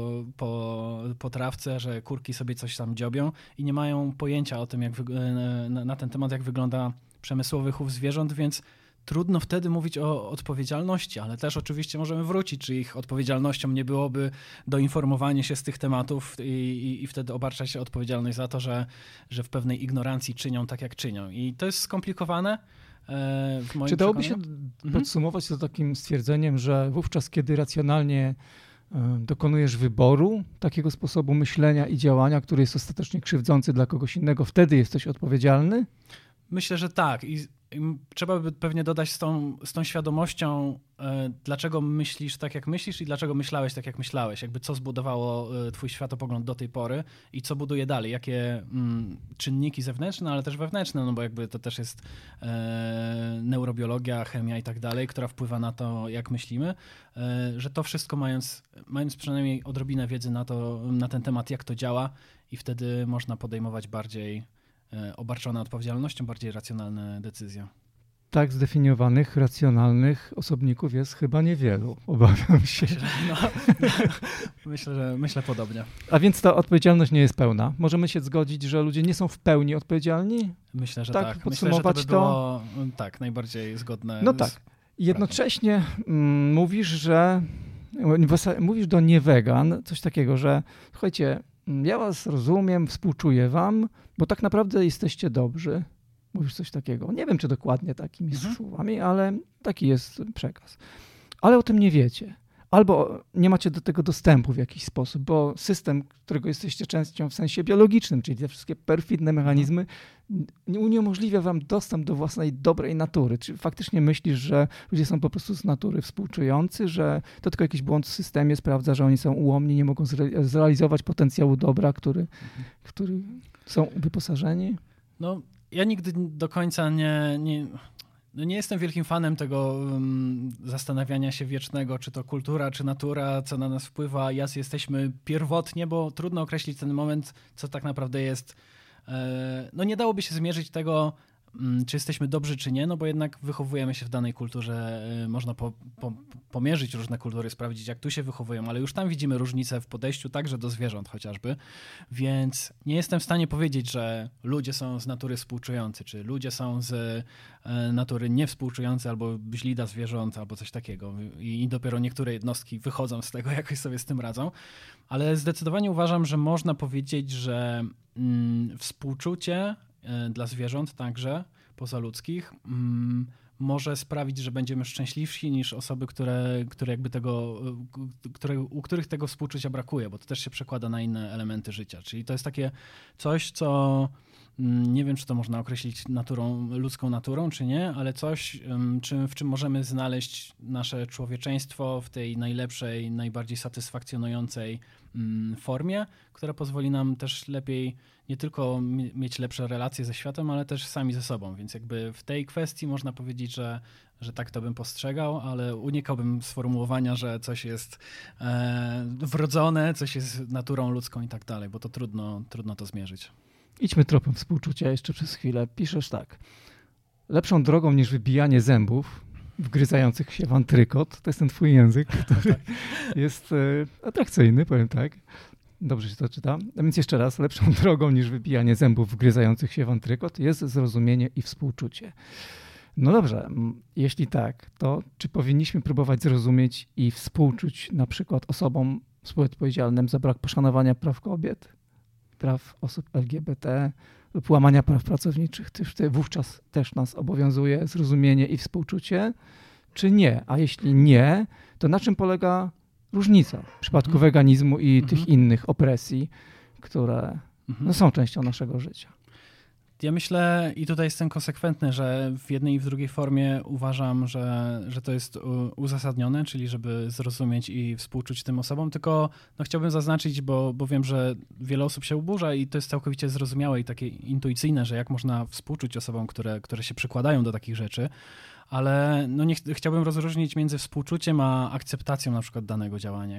po trawce, że kurki sobie coś tam dziobią i nie mają pojęcia o tym, na ten temat, jak wygląda przemysłowy chów zwierząt, więc trudno wtedy mówić o odpowiedzialności, ale też oczywiście możemy wrócić, czy ich odpowiedzialnością nie byłoby doinformowanie się z tych tematów i wtedy obarczać się odpowiedzialność za to, że w pewnej ignorancji czynią tak, jak czynią. I to jest skomplikowane. Czy dałoby się podsumować to takim stwierdzeniem, że wówczas, kiedy racjonalnie dokonujesz wyboru takiego sposobu myślenia i działania, który jest ostatecznie krzywdzący dla kogoś innego, wtedy jesteś odpowiedzialny? Myślę, że tak. I trzeba by pewnie dodać z tą świadomością, dlaczego myślisz tak, jak myślisz i dlaczego myślałeś tak, jak myślałeś. Jakby co zbudowało twój światopogląd do tej pory i co buduje dalej. Jakie czynniki zewnętrzne, ale też wewnętrzne, no bo jakby to też jest neurobiologia, chemia i tak dalej, która wpływa na to, jak myślimy, że to wszystko mając przynajmniej odrobinę wiedzy na ten temat, jak to działa i wtedy można podejmować bardziej obarczone odpowiedzialnością, bardziej racjonalne decyzje. Tak zdefiniowanych, racjonalnych osobników jest chyba niewielu, obawiam się. Myślę podobnie. A więc ta odpowiedzialność nie jest pełna. Możemy się zgodzić, że ludzie nie są w pełni odpowiedzialni? Myślę, że tak. Podsumować myślę, że to by było tak, najbardziej zgodne. No tak. Jednocześnie mówisz do niewegan coś takiego, że słuchajcie, ja was rozumiem, współczuję wam, bo tak naprawdę jesteście dobrzy. Mówisz coś takiego. Nie wiem, czy dokładnie takimi słowami, ale taki jest przekaz. Ale o tym nie wiecie. albo nie macie do tego dostępu w jakiś sposób, bo system, którego jesteście częścią w sensie biologicznym, czyli te wszystkie perfidne mechanizmy, uniemożliwia wam dostęp do własnej dobrej natury. Czy faktycznie myślisz, że ludzie są po prostu z natury współczujący, że to tylko jakiś błąd w systemie sprawdza, że oni są ułomni, nie mogą zrealizować potencjału dobra, który są wyposażeni? No, ja nigdy do końca nie jestem wielkim fanem tego zastanawiania się wiecznego, czy to kultura, czy natura, co na nas wpływa, jacy jesteśmy pierwotnie, bo trudno określić ten moment, co tak naprawdę jest. No nie dałoby się zmierzyć tego, czy jesteśmy dobrzy, czy nie, no bo jednak wychowujemy się w danej kulturze, można pomierzyć różne kultury, sprawdzić, jak tu się wychowują, ale już tam widzimy różnice w podejściu także do zwierząt chociażby, więc nie jestem w stanie powiedzieć, że ludzie są z natury współczujący, czy ludzie są z natury niewspółczujący, albo źli dla zwierząt, albo coś takiego i dopiero niektóre jednostki wychodzą z tego, jakoś sobie z tym radzą, ale zdecydowanie uważam, że można powiedzieć, że współczucie dla zwierząt także, pozaludzkich, może sprawić, że będziemy szczęśliwsi niż osoby, u których tego współczucia brakuje, bo to też się przekłada na inne elementy życia. Czyli to jest takie coś, co nie wiem, czy to można określić ludzką naturą, czy nie, ale coś, w czym możemy znaleźć nasze człowieczeństwo w tej najlepszej, najbardziej satysfakcjonującej formie, która pozwoli nam też lepiej nie tylko mieć lepsze relacje ze światem, ale też sami ze sobą. Więc jakby w tej kwestii można powiedzieć, że tak to bym postrzegał, ale unikałbym sformułowania, że coś jest wrodzone, coś jest naturą ludzką i tak dalej, bo to trudno to zmierzyć. Idźmy tropem współczucia jeszcze przez chwilę. Piszesz tak. Lepszą drogą niż wybijanie zębów wgryzających się w antrykot, to jest ten twój język, który jest atrakcyjny, powiem tak. Dobrze się to czyta. A więc jeszcze raz, lepszą drogą niż wybijanie zębów wgryzających się w antrykot jest zrozumienie i współczucie. No dobrze, jeśli tak, to czy powinniśmy próbować zrozumieć i współczuć na przykład osobom współodpowiedzialnym za brak poszanowania praw kobiet, praw osób LGBT lub łamania praw pracowniczych? Wówczas też nas obowiązuje zrozumienie i współczucie, czy nie? A jeśli nie, to na czym polega różnica w przypadku weganizmu i tych innych opresji, które są częścią naszego życia? Ja myślę, i tutaj jestem konsekwentny, że w jednej i w drugiej formie uważam, że to jest uzasadnione, czyli żeby zrozumieć i współczuć tym osobom, tylko chciałbym zaznaczyć, bo wiem, że wiele osób się oburza i to jest całkowicie zrozumiałe i takie intuicyjne, że jak można współczuć osobom, które się przykładają do takich rzeczy, ale chciałbym rozróżnić między współczuciem a akceptacją na przykład danego działania.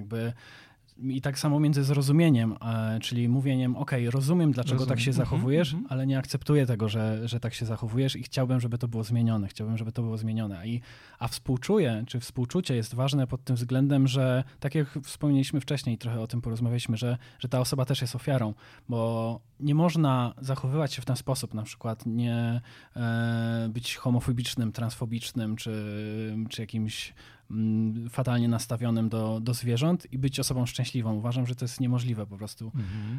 I tak samo między zrozumieniem, czyli mówieniem, rozumiem, dlaczego tak się zachowujesz, ale nie akceptuję tego, że tak się zachowujesz i chciałbym, żeby to było zmienione. A współczucie jest ważne pod tym względem, że tak jak wspomnieliśmy wcześniej, trochę o tym porozmawialiśmy, że ta osoba też jest ofiarą, bo nie można zachowywać się w ten sposób, na przykład nie być homofobicznym, transfobicznym, czy jakimś fatalnie nastawionym do zwierząt i być osobą szczęśliwą. Uważam, że to jest niemożliwe po prostu.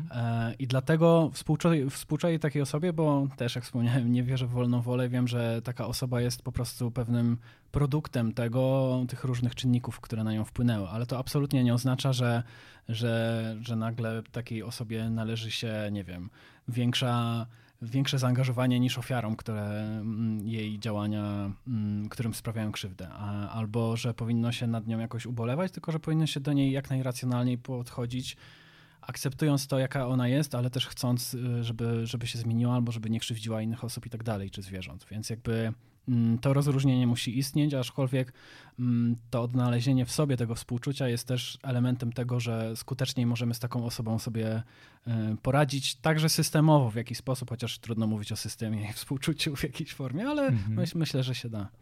I dlatego współczuję takiej osobie, bo też jak wspomniałem, nie wierzę w wolną wolę. Wiem, że taka osoba jest po prostu pewnym produktem tych różnych czynników, które na nią wpłynęły, ale to absolutnie nie oznacza, że nagle takiej osobie należy się, nie wiem, większe zaangażowanie niż ofiarom, jej działania, którym sprawiają krzywdę, albo że powinno się nad nią jakoś ubolewać, tylko że powinno się do niej jak najracjonalniej podchodzić, akceptując to, jaka ona jest, ale też chcąc, żeby się zmieniła, albo żeby nie krzywdziła innych osób i tak dalej, czy zwierząt. Więc jakby to rozróżnienie musi istnieć, aczkolwiek to odnalezienie w sobie tego współczucia jest też elementem tego, że skuteczniej możemy z taką osobą sobie poradzić, także systemowo w jakiś sposób, chociaż trudno mówić o systemie i współczuciu w jakiejś formie, ale myślę, że się da.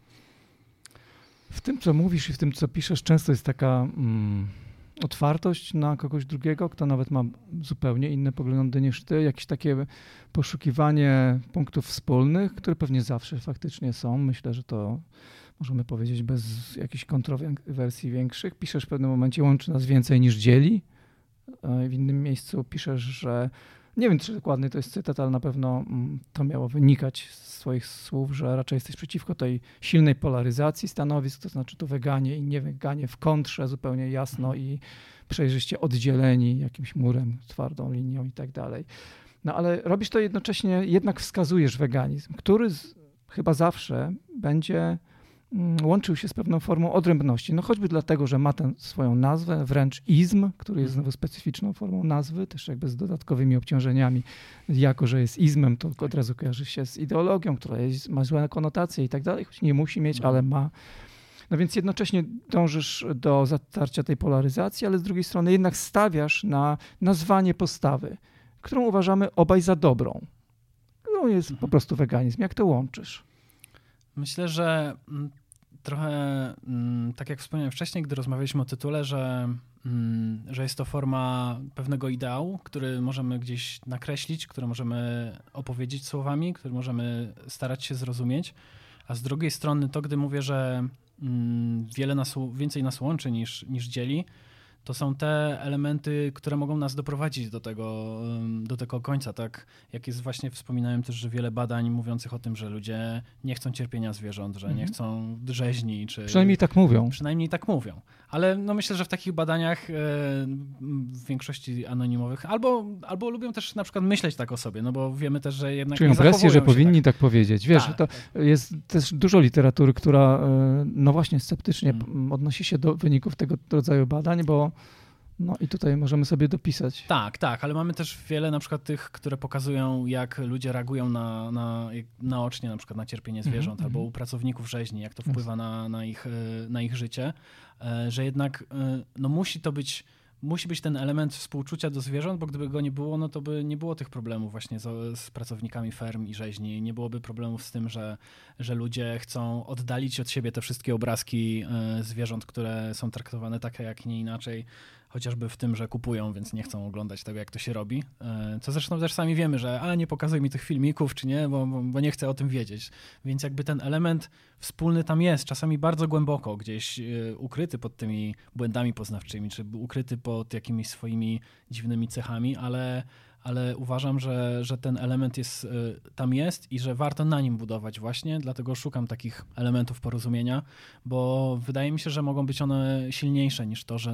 W tym, co mówisz i w tym, co piszesz, często jest taka otwartość na kogoś drugiego, kto nawet ma zupełnie inne poglądy niż ty, jakieś takie poszukiwanie punktów wspólnych, które pewnie zawsze faktycznie są. Myślę, że to możemy powiedzieć bez jakichś kontrowersji większych. Piszesz w pewnym momencie, łączy nas więcej niż dzieli. W innym miejscu piszesz, że Nie wiem, czy dokładny to jest cytat, ale na pewno to miało wynikać z swoich słów, że raczej jesteś przeciwko tej silnej polaryzacji stanowisk, to znaczy tu weganie i nie weganie w kontrze zupełnie jasno i przejrzyście oddzieleni jakimś murem, twardą linią i tak dalej. No ale robisz to jednocześnie, jednak wskazujesz weganizm, który chyba zawsze będzie łączył się z pewną formą odrębności. No choćby dlatego, że ma tę swoją nazwę, wręcz izm, który jest znowu specyficzną formą nazwy, też jakby z dodatkowymi obciążeniami. Jako, że jest izmem, to od razu kojarzy się z ideologią, która ma złe konotacje i tak dalej, choć nie musi mieć, ale ma. No więc jednocześnie dążysz do zatarcia tej polaryzacji, ale z drugiej strony jednak stawiasz na nazwanie postawy, którą uważamy obaj za dobrą. No jest po prostu weganizm. Jak to łączysz? Myślę, że trochę tak jak wspomniałem wcześniej, gdy rozmawialiśmy o tytule, że jest to forma pewnego ideału, który możemy gdzieś nakreślić, który możemy opowiedzieć słowami, który możemy starać się zrozumieć, a z drugiej strony to, gdy mówię, że więcej nas łączy niż dzieli, to są te elementy, które mogą nas doprowadzić do tego końca, tak? Jak jest właśnie, wspominałem też, że wiele badań mówiących o tym, że ludzie nie chcą cierpienia zwierząt, że nie chcą rzeźni. Przynajmniej tak mówią. Przynajmniej tak mówią. Ale no myślę, że w takich badaniach w większości anonimowych albo lubią też na przykład myśleć tak o sobie, no bo wiemy też, że jednak czują nie presję, że powinni tak powiedzieć. Wiesz, tak, to jest też dużo literatury, która no właśnie sceptycznie odnosi się do wyników tego rodzaju badań, bo no i tutaj możemy sobie dopisać. Tak, ale mamy też wiele na przykład tych, które pokazują, jak ludzie reagują naocznie na przykład na cierpienie zwierząt albo u pracowników rzeźni, jak to wpływa na ich życie, że jednak no musi być ten element współczucia do zwierząt, bo gdyby go nie było, no to by nie było tych problemów właśnie z pracownikami ferm i rzeźni. Nie byłoby problemów z tym, że ludzie chcą oddalić od siebie te wszystkie obrazki zwierząt, które są traktowane tak, jak nie inaczej, chociażby w tym, że kupują, więc nie chcą oglądać tego, jak to się robi. Co zresztą też sami wiemy, że nie pokazuj mi tych filmików, czy nie, bo nie chcę o tym wiedzieć. Więc jakby ten element wspólny tam jest, czasami bardzo głęboko, gdzieś ukryty pod tymi błędami poznawczymi, czy ukryty pod jakimiś swoimi dziwnymi cechami, ale uważam, że ten element tam jest i że warto na nim budować właśnie, dlatego szukam takich elementów porozumienia, bo wydaje mi się, że mogą być one silniejsze niż to, że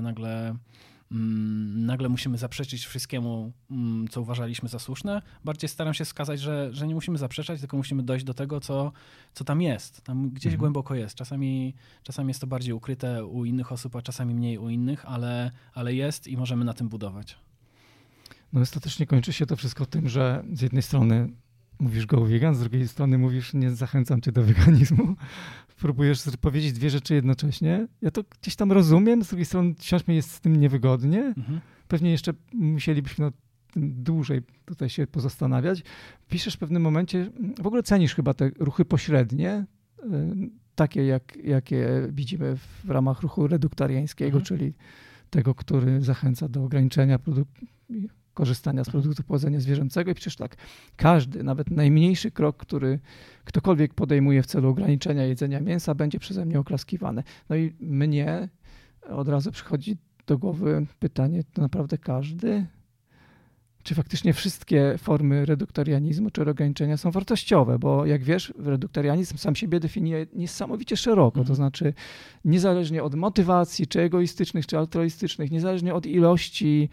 nagle musimy zaprzeczyć wszystkiemu, co uważaliśmy za słuszne. Bardziej staram się wskazać, że nie musimy zaprzeczać, tylko musimy dojść do tego, co tam jest. Tam gdzieś głęboko jest. Czasami jest to bardziej ukryte u innych osób, a czasami mniej u innych, ale jest i możemy na tym budować. No ostatecznie kończy się to wszystko tym, że z jednej strony mówisz go wegan, z drugiej strony mówisz nie zachęcam cię do weganizmu. Próbujesz powiedzieć dwie rzeczy jednocześnie. Ja to gdzieś tam rozumiem, z drugiej strony wciąż mi jest z tym niewygodnie. Pewnie jeszcze musielibyśmy nad tym dłużej tutaj się pozastanawiać. Piszesz w pewnym momencie, w ogóle cenisz chyba te ruchy pośrednie, takie jakie widzimy w ramach ruchu reduktariańskiego, czyli tego, który zachęca do ograniczenia korzystania z produktów pochodzenia zwierzęcego i przecież tak, każdy, nawet najmniejszy krok, który ktokolwiek podejmuje w celu ograniczenia jedzenia mięsa, będzie przeze mnie oklaskiwany. No i mnie od razu przychodzi do głowy pytanie, to naprawdę każdy? Czy faktycznie wszystkie formy reduktarianizmu czy ograniczenia są wartościowe? Bo jak wiesz, reduktarianizm sam siebie definiuje niesamowicie szeroko, to znaczy niezależnie od motywacji, czy egoistycznych, czy altruistycznych, niezależnie od ilości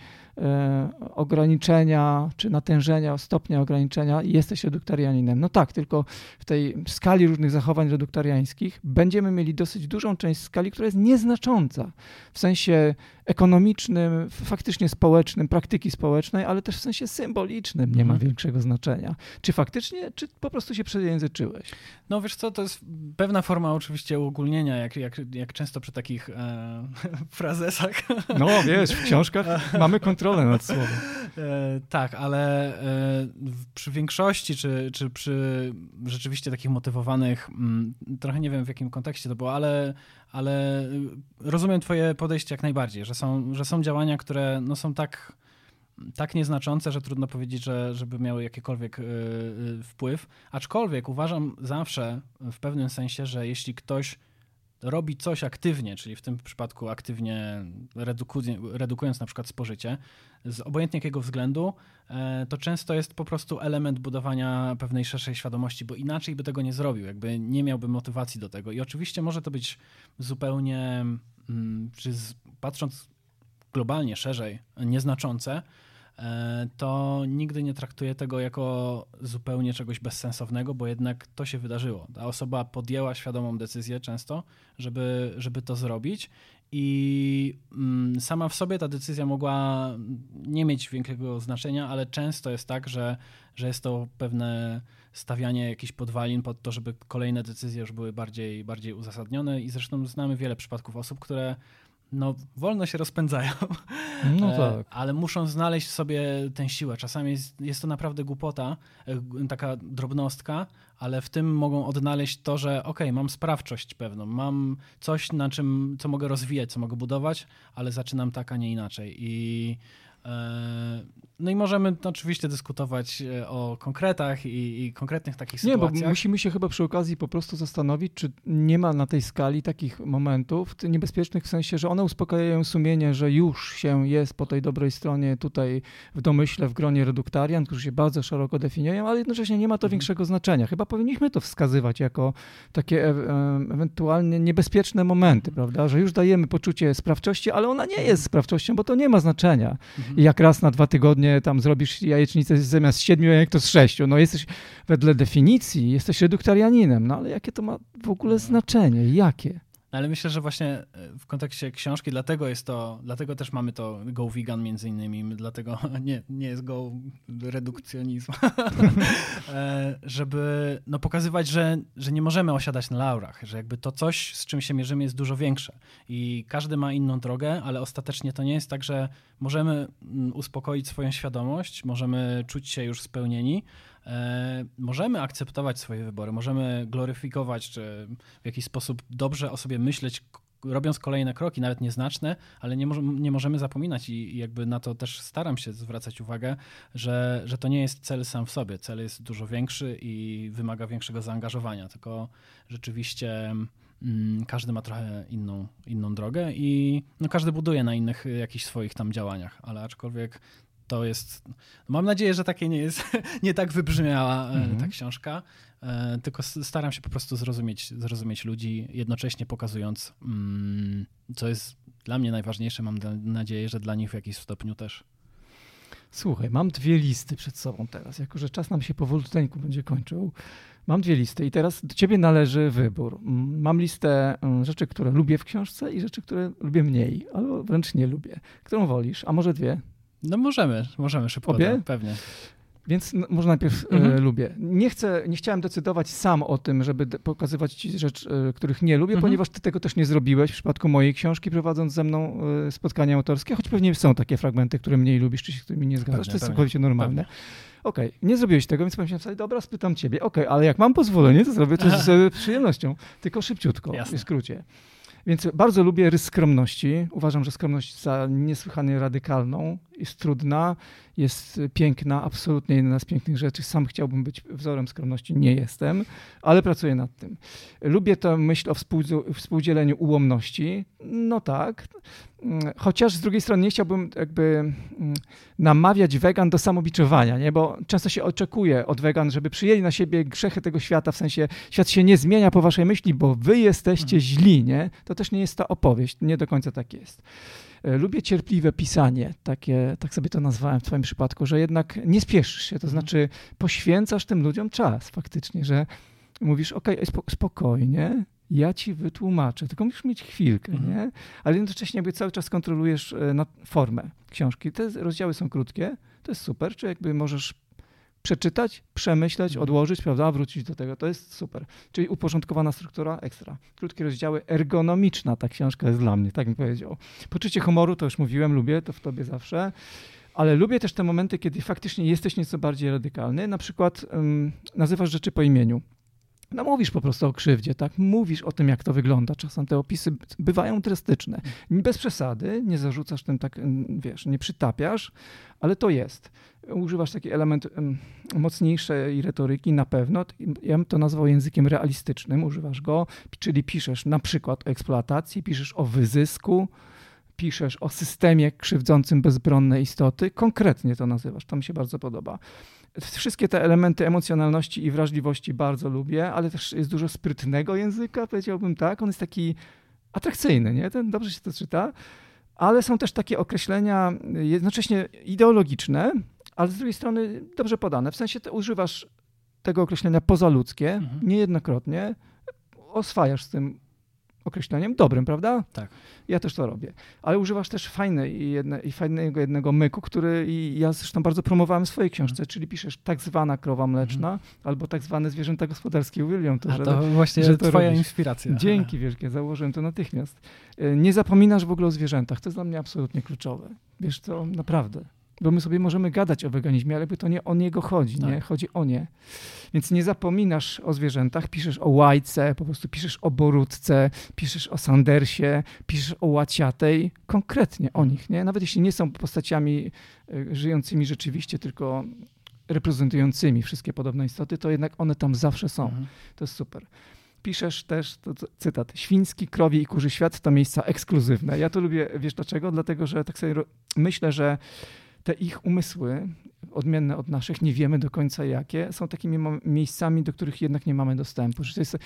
ograniczenia, czy natężenia, stopnia ograniczenia, jesteś reduktarianinem. No tak, tylko w tej skali różnych zachowań reduktariańskich będziemy mieli dosyć dużą część skali, która jest nieznacząca w sensie ekonomicznym, faktycznie społecznym, praktyki społecznej, ale też w sensie symbolicznym nie ma większego znaczenia. Czy faktycznie, czy po prostu się przejęzyczyłeś? No wiesz co, to jest pewna forma oczywiście uogólnienia, jak często przy takich frazesach. No wiesz, w książkach mamy kontrolę nad słowem. Tak, ale przy większości, czy przy rzeczywiście takich motywowanych, trochę nie wiem w jakim kontekście to było, ale rozumiem twoje podejście jak najbardziej, że są działania, które no, są tak nieznaczące, że trudno powiedzieć, żeby miały jakikolwiek wpływ. Aczkolwiek uważam zawsze w pewnym sensie, że jeśli ktoś robi coś aktywnie, czyli w tym przypadku aktywnie redukując na przykład spożycie, z obojętnie jakiego względu, to często jest po prostu element budowania pewnej szerszej świadomości, bo inaczej by tego nie zrobił, jakby nie miałby motywacji do tego. I oczywiście może to być zupełnie, patrząc globalnie, szerzej, nieznaczące, to nigdy nie traktuję tego jako zupełnie czegoś bezsensownego, bo jednak to się wydarzyło. Ta osoba podjęła świadomą decyzję często, żeby to zrobić i sama w sobie ta decyzja mogła nie mieć większego znaczenia, ale często jest tak, że jest to pewne stawianie jakichś podwalin pod to, żeby kolejne decyzje już były bardziej uzasadnione i zresztą znamy wiele przypadków osób, które wolno się rozpędzają, tak. Ale muszą znaleźć sobie tę siłę. Czasami jest to naprawdę głupota, taka drobnostka, ale w tym mogą odnaleźć to, że mam sprawczość pewną, mam coś, co mogę rozwijać, co mogę budować, ale zaczynam tak, a nie inaczej. No i możemy oczywiście dyskutować o konkretach i konkretnych takich sytuacjach. Nie, bo musimy się chyba przy okazji po prostu zastanowić, czy nie ma na tej skali takich momentów niebezpiecznych w sensie, że one uspokajają sumienie, że już się jest po tej dobrej stronie tutaj w domyśle, w gronie reduktarian, którzy się bardzo szeroko definiują, ale jednocześnie nie ma to większego znaczenia. Chyba powinniśmy to wskazywać jako takie ewentualnie niebezpieczne momenty, prawda, że już dajemy poczucie sprawczości, ale ona nie jest sprawczością, bo to nie ma znaczenia. I jak raz na 2 tygodnie tam zrobisz jajecznicę zamiast 7 jajek, to z 6. Jesteś wedle definicji, jesteś reduktarianinem, ale jakie to ma w ogóle znaczenie? Jakie? Ale myślę, że właśnie w kontekście książki, dlatego też mamy to Go Vegan między innymi, dlatego nie jest Go redukcjonizm, żeby pokazywać, że nie możemy osiadać na laurach, że jakby to coś, z czym się mierzymy, jest dużo większe i każdy ma inną drogę, ale ostatecznie to nie jest tak, że możemy uspokoić swoją świadomość, możemy czuć się już spełnieni, możemy akceptować swoje wybory, możemy gloryfikować, czy w jakiś sposób dobrze o sobie myśleć, robiąc kolejne kroki, nawet nieznaczne, ale nie możemy zapominać i jakby na to też staram się zwracać uwagę, że to nie jest cel sam w sobie. Cel jest dużo większy i wymaga większego zaangażowania, tylko rzeczywiście każdy ma trochę inną drogę i każdy buduje na innych jakichś swoich tam działaniach, ale aczkolwiek to jest, mam nadzieję, że takie nie jest, nie tak wybrzmiała ta książka, tylko staram się po prostu zrozumieć ludzi, jednocześnie pokazując, co jest dla mnie najważniejsze, mam nadzieję, że dla nich w jakimś stopniu też. Słuchaj, mam 2 listy przed sobą teraz, jako że czas nam się powolutku będzie kończył. Mam 2 listy i teraz do ciebie należy wybór. Mam listę rzeczy, które lubię w książce i rzeczy, które lubię mniej, albo wręcz nie lubię. Którą wolisz? A może 2? No możemy szybko. Obie? Pewnie. Więc może najpierw lubię. Nie chciałem decydować sam o tym, żeby pokazywać ci rzeczy, których nie lubię, ponieważ ty tego też nie zrobiłeś w przypadku mojej książki, prowadząc ze mną spotkania autorskie, choć pewnie są takie fragmenty, które mniej lubisz, czy się z którymi nie zgadzasz. To jest całkowicie normalne. Okej, nie zrobiłeś tego, więc pomyślałem sobie, dobra, spytam ciebie. Ale jak mam pozwolenie, to zrobię to z przyjemnością. Tylko szybciutko, w skrócie. Więc bardzo lubię rys skromności. Uważam, że skromność za niesłychanie radykalną, jest trudna, jest piękna, absolutnie jedna z pięknych rzeczy. Sam chciałbym być wzorem skromności, nie jestem, ale pracuję nad tym. Lubię tę myśl o współdzieleniu ułomności. No tak, chociaż z drugiej strony nie chciałbym jakby namawiać wegan do samobiczowania, nie? Bo często się oczekuje od wegan, żeby przyjęli na siebie grzechy tego świata, w sensie świat się nie zmienia po waszej myśli, bo wy jesteście źli, nie? To też nie jest ta opowieść, nie do końca tak jest. Lubię cierpliwe pisanie, tak sobie to nazwałem w twoim przypadku, że jednak nie spieszysz się, to znaczy poświęcasz tym ludziom czas faktycznie, że mówisz, spokojnie, ja ci wytłumaczę, tylko musisz mieć chwilkę, nie? Ale jednocześnie jakby cały czas kontrolujesz formę książki. Te rozdziały są krótkie, to jest super, czy jakby możesz przeczytać, przemyśleć, odłożyć, prawda, wrócić do tego, to jest super. Czyli uporządkowana struktura, ekstra. Krótkie rozdziały, ergonomiczna ta książka jest dla mnie, tak bym powiedział. Poczucie humoru, to już mówiłem, lubię, to w tobie zawsze, ale lubię też te momenty, kiedy faktycznie jesteś nieco bardziej radykalny, na przykład nazywasz rzeczy po imieniu. No mówisz po prostu o krzywdzie, tak? Mówisz o tym, jak to wygląda. Czasem te opisy bywają drastyczne. Bez przesady, nie zarzucasz tym tak, wiesz, nie przytapiasz, ale to jest. Używasz taki element mocniejszej retoryki na pewno. Ja bym to nazwał językiem realistycznym, używasz go, czyli piszesz na przykład o eksploatacji, piszesz o wyzysku, piszesz o systemie krzywdzącym bezbronne istoty. Konkretnie to nazywasz, to mi się bardzo podoba. Wszystkie te elementy emocjonalności i wrażliwości bardzo lubię, ale też jest dużo sprytnego języka, powiedziałbym tak. On jest taki atrakcyjny, nie? Dobrze się to czyta, ale są też takie określenia jednocześnie ideologiczne, ale z drugiej strony dobrze podane. W sensie używasz tego określenia pozaludzkie niejednokrotnie, oswajasz z tym określeniem dobrym, prawda? Tak. Ja też to robię. Ale używasz też fajnego jednego myku, który ja zresztą bardzo promowałem w swojej książce, czyli piszesz tak zwana krowa mleczna albo tak zwane zwierzęta gospodarskie. Uwielbiam to, to właśnie że to twoja robisz. Inspiracja. Dzięki wielkie, założyłem to natychmiast. Nie zapominasz w ogóle o zwierzętach. To jest dla mnie absolutnie kluczowe. Wiesz co, naprawdę. Bo my sobie możemy gadać o weganizmie, ale to nie o niego chodzi, tak. Nie? Chodzi o nie. Więc nie zapominasz o zwierzętach, piszesz o łajce, po prostu piszesz o Borutce, piszesz o Sandersie, piszesz o Łaciatej, konkretnie o nich, nie? Nawet jeśli nie są postaciami żyjącymi rzeczywiście, tylko reprezentującymi wszystkie podobne istoty, to jednak one tam zawsze są. To jest super. Piszesz też, cytat, świński, krowi i kurzy świat to miejsca ekskluzywne. Ja to lubię, wiesz dlaczego? Dlatego, że tak sobie myślę, że te ich umysły, odmienne od naszych, nie wiemy do końca jakie, są takimi miejscami, do których jednak nie mamy dostępu. Że to jest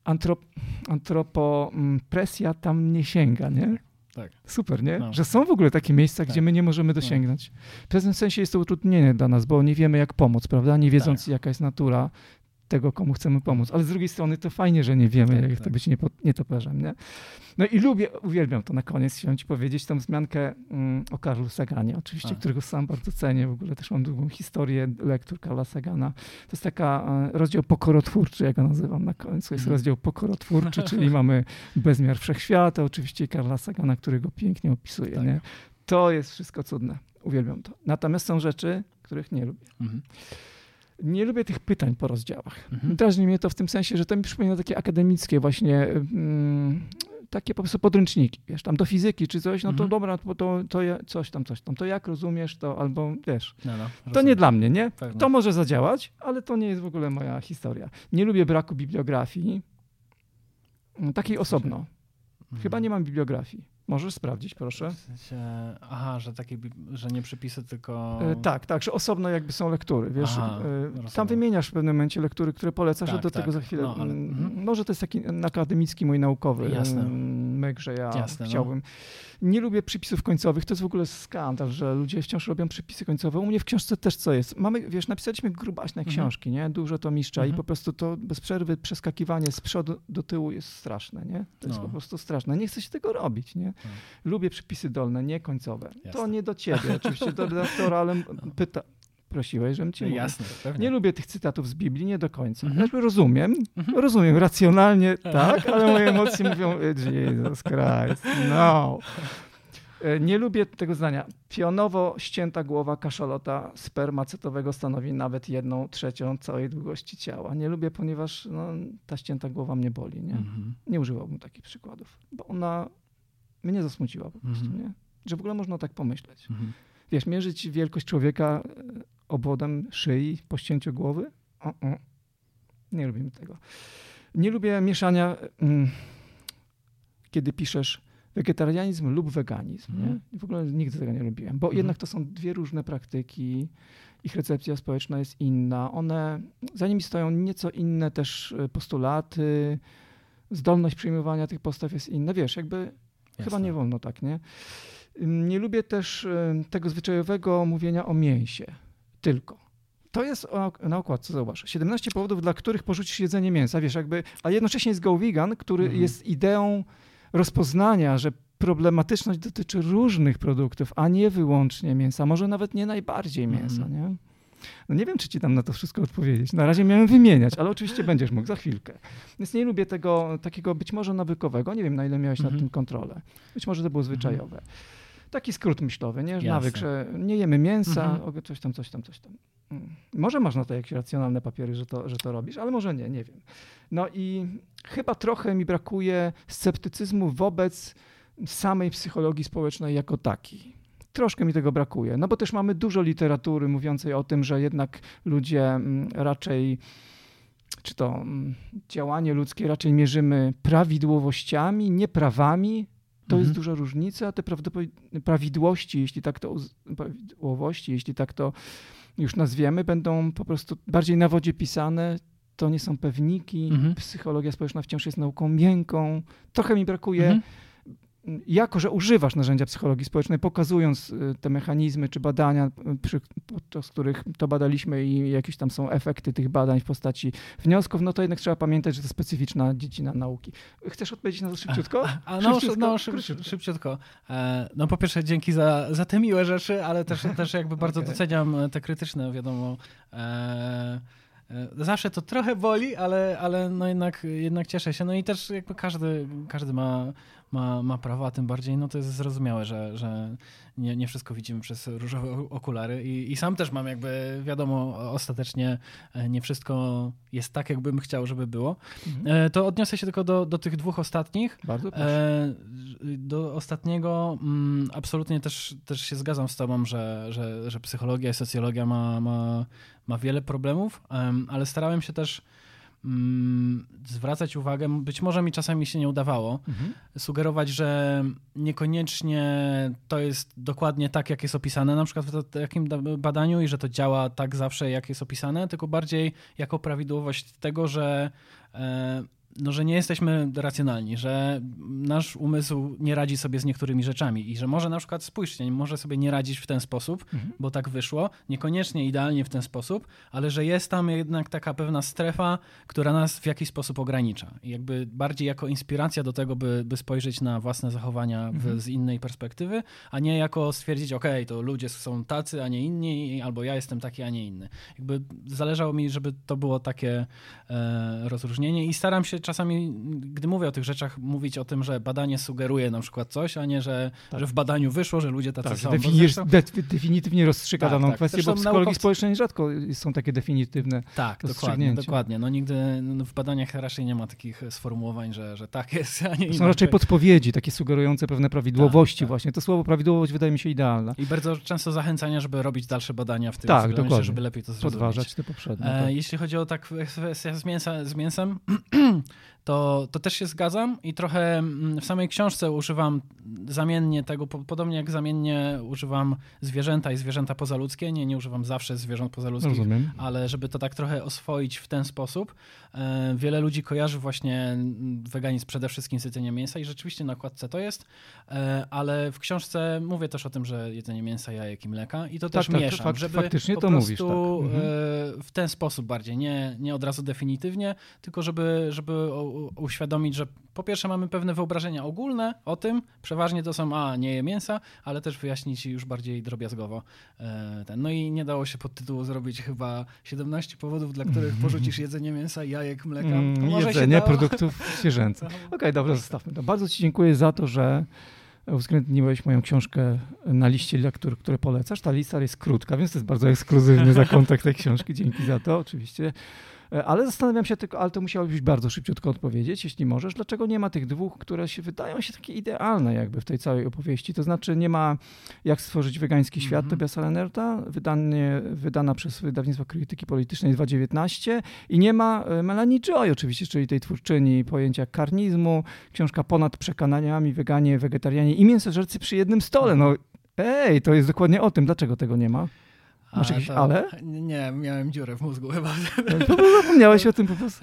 antropopresja tam nie sięga, nie? Tak. Super, nie? No. Że są w ogóle takie miejsca, gdzie my nie możemy dosięgnąć. W pewnym sensie jest to utrudnienie dla nas, bo nie wiemy jak pomóc, prawda? Nie wiedząc jaka jest natura tego, komu chcemy pomóc. Ale z drugiej strony to fajnie, że nie wiemy, jak to być nietoperzem, nie? No i uwielbiam to na koniec, chciałem ci powiedzieć, tą wzmiankę o Carlu Saganie, oczywiście, którego sam bardzo cenię. W ogóle też mam długą historię lektur Carla Sagana. To jest taka rozdział pokorotwórczy, ja go nazywam na końcu. Jest rozdział pokorotwórczy, czyli mamy bezmiar wszechświata, oczywiście Carla Sagana, który go pięknie opisuje, nie? To jest wszystko cudne. Uwielbiam to. Natomiast są rzeczy, których nie lubię. Nie lubię tych pytań po rozdziałach. Drażni mnie to w tym sensie, że to mi przypomina takie akademickie właśnie, takie po prostu podręczniki, wiesz, tam do fizyki czy coś, no to dobra, to coś tam, to jak rozumiesz to, albo wiesz, to nie dla mnie, nie? Pewnie. To może zadziałać, ale to nie jest w ogóle moja historia. Nie lubię braku bibliografii, takiej osobno. Chyba nie mam bibliografii. Możesz sprawdzić, proszę. W sensie, że nie przepisy, tylko... Tak, że osobno jakby są lektury, wiesz. Tam wymieniasz w pewnym momencie lektury, które polecasz, że do tego za chwilę... No, ale... Może to jest taki akademicki mój naukowy myk, że ja chciałbym... Nie lubię przypisów końcowych, to jest w ogóle skandal, że ludzie wciąż robią przypisy końcowe. U mnie w książce też co jest. Napisaliśmy grubaśne książki, nie? Dużo to mistrza i po prostu to bez przerwy przeskakiwanie z przodu do tyłu jest straszne, nie? To jest po prostu straszne. Nie chcę się tego robić, nie? Lubię przypisy dolne, nie końcowe. Jasne. To nie do ciebie, oczywiście do redaktora, ale prosiłeś, żebym ci mówił. Jasne, pewnie. Nie lubię tych cytatów z Biblii, nie do końca. Rozumiem racjonalnie, tak, ale moje emocje mówią, Jesus Christ, no. Nie lubię tego zdania. Pionowo ścięta głowa kaszalota spermacetowego stanowi nawet 1/3 całej długości ciała. Nie lubię, ponieważ ta ścięta głowa mnie boli, nie? Nie używałbym takich przykładów, bo ona mnie zasmuciła po prostu, nie? Że w ogóle można tak pomyśleć. Wiesz, mierzyć wielkość człowieka obwodem szyi po ścięciu głowy? Nie lubimy tego. Nie lubię mieszania, kiedy piszesz wegetarianizm lub weganizm. Nie? W ogóle nigdy tego nie lubiłem, bo jednak to są dwie różne praktyki. Ich recepcja społeczna jest inna. Za nimi stoją nieco inne też postulaty. Zdolność przyjmowania tych postaw jest inna. Wiesz, jakby chyba nie wolno tak, nie? Nie lubię też tego zwyczajowego mówienia o mięsie. Tylko. To jest na okładce, zauważ. 17 powodów, dla których porzucisz jedzenie mięsa, wiesz, a jednocześnie jest Go Vegan, który jest ideą rozpoznania, że problematyczność dotyczy różnych produktów, a nie wyłącznie mięsa, może nawet nie najbardziej mięsa, nie? No nie wiem, czy ci tam na to wszystko odpowiedzieć. Na razie miałem wymieniać, ale oczywiście będziesz mógł za chwilkę. Więc nie lubię tego takiego być może nawykowego, nie wiem na ile miałeś nad tym kontrolę. Być może to było zwyczajowe. Taki skrót myślowy, nie? Nawyk, że nie jemy mięsa, coś tam. Może masz na to jakieś racjonalne papiery, że to robisz, ale może nie wiem. No i chyba trochę mi brakuje sceptycyzmu wobec samej psychologii społecznej jako takiej. Troszkę mi tego brakuje, no bo też mamy dużo literatury mówiącej o tym, że jednak ludzie raczej, czy to działanie ludzkie raczej mierzymy prawidłowościami, nie prawami. To jest duża różnica, a te prawidłowości, jeśli tak to już nazwiemy, będą po prostu bardziej na wodzie pisane. To nie są pewniki. Psychologia społeczna wciąż jest nauką miękką. Trochę mi brakuje, jako że używasz narzędzia psychologii społecznej, pokazując te mechanizmy czy badania, podczas których to badaliśmy i jakieś tam są efekty tych badań w postaci wniosków, no to jednak trzeba pamiętać, że to specyficzna dziedzina nauki. Chcesz odpowiedzieć na to szybciutko? Szybciutko. No po pierwsze dzięki za te miłe rzeczy, ale też jakby bardzo doceniam te krytyczne, wiadomo. Zawsze to trochę boli, ale no jednak cieszę się. No i też jakby każdy ma prawo, a tym bardziej no to jest zrozumiałe, że nie wszystko widzimy przez różowe okulary i sam też mam jakby, wiadomo, ostatecznie nie wszystko jest tak, jakbym chciał, żeby było. To odniosę się tylko do tych dwóch ostatnich. Bardzo proszę. Do ostatniego absolutnie też się zgadzam z tobą, że psychologia i socjologia ma wiele problemów, ale starałem się też zwracać uwagę, być może mi czasami się nie udawało, sugerować, że niekoniecznie to jest dokładnie tak, jak jest opisane na przykład w takim badaniu i że to działa tak zawsze, jak jest opisane, tylko bardziej jako prawidłowość tego, że nie jesteśmy racjonalni, że nasz umysł nie radzi sobie z niektórymi rzeczami i że może na przykład, spójrzcie, może sobie nie radzić w ten sposób, bo tak wyszło, niekoniecznie idealnie w ten sposób, ale że jest tam jednak taka pewna strefa, która nas w jakiś sposób ogranicza. I jakby bardziej jako inspiracja do tego, by spojrzeć na własne zachowania z innej perspektywy, a nie jako stwierdzić, okej, to ludzie są tacy, a nie inni, albo ja jestem taki, a nie inny. Jakby zależało mi, żeby to było takie rozróżnienie i staram się czasami, gdy mówię o tych rzeczach, mówić o tym, że badanie sugeruje na przykład coś, a nie, że w badaniu wyszło, że ludzie tacy są. Definitywnie rozstrzyga daną kwestię, zresztą bo w psychologii społecznej rzadko są takie definitywne dokładnie. No nigdy w badaniach raczej nie ma takich sformułowań, że tak jest, a nie inaczej. Są raczej podpowiedzi, takie sugerujące pewne prawidłowości właśnie. To słowo prawidłowość wydaje mi się idealne. I bardzo często zachęcania, żeby robić dalsze badania w tym względzie, żeby lepiej to zrozumieć. Podważać te poprzednie. Jeśli chodzi o kwestię z mięsem, to też się zgadzam i trochę w samej książce używam zamiennie tego, podobnie jak zamiennie używam zwierzęta i zwierzęta pozaludzkie. Nie używam zawsze zwierząt pozaludzkich, rozumiem, ale żeby to tak trochę oswoić w ten sposób. Wiele ludzi kojarzy właśnie weganizm przede wszystkim z jedzeniem mięsa i rzeczywiście na okładce to jest, ale w książce mówię też o tym, że jedzenie mięsa, jajek i mleka i to też mieszam, żeby faktycznie po to prostu mówisz, w ten sposób bardziej, nie od razu definitywnie, tylko żeby uświadomić, że po pierwsze mamy pewne wyobrażenia ogólne o tym, przeważnie to są, nie je mięsa, ale też wyjaśnić już bardziej drobiazgowo. No i nie dało się podtytułu zrobić chyba 17 powodów, dla których porzucisz jedzenie mięsa, jajek, mleka. Jedzenie produktów zwierzęcych. Okej, dobra, zostawmy to. Bardzo ci dziękuję za to, że uwzględniłeś moją książkę na liście lektur, które polecasz. Ta lista jest krótka, więc to jest bardzo ekskluzywny zakątek tej książki. Dzięki za to, oczywiście. Ale zastanawiam się tylko, ale to musiałobyś bardzo szybciutko odpowiedzieć, jeśli możesz, dlaczego nie ma tych dwóch, które się wydają się takie idealne jakby w tej całej opowieści. To znaczy nie ma Jak stworzyć wegański świat Tobiasa Lehnerta, wydana przez wydawnictwo Krytyki Politycznej 2019 i nie ma Melanie Joy oczywiście, czyli tej twórczyni pojęcia karnizmu, książka Ponad przekonaniami, weganie, wegetarianie i mięsożercy przy jednym stole. No to jest dokładnie o tym, dlaczego tego nie ma. Masz jakieś ale? Nie, miałem dziurę w mózgu chyba. Zapomniałeś o tym po prostu?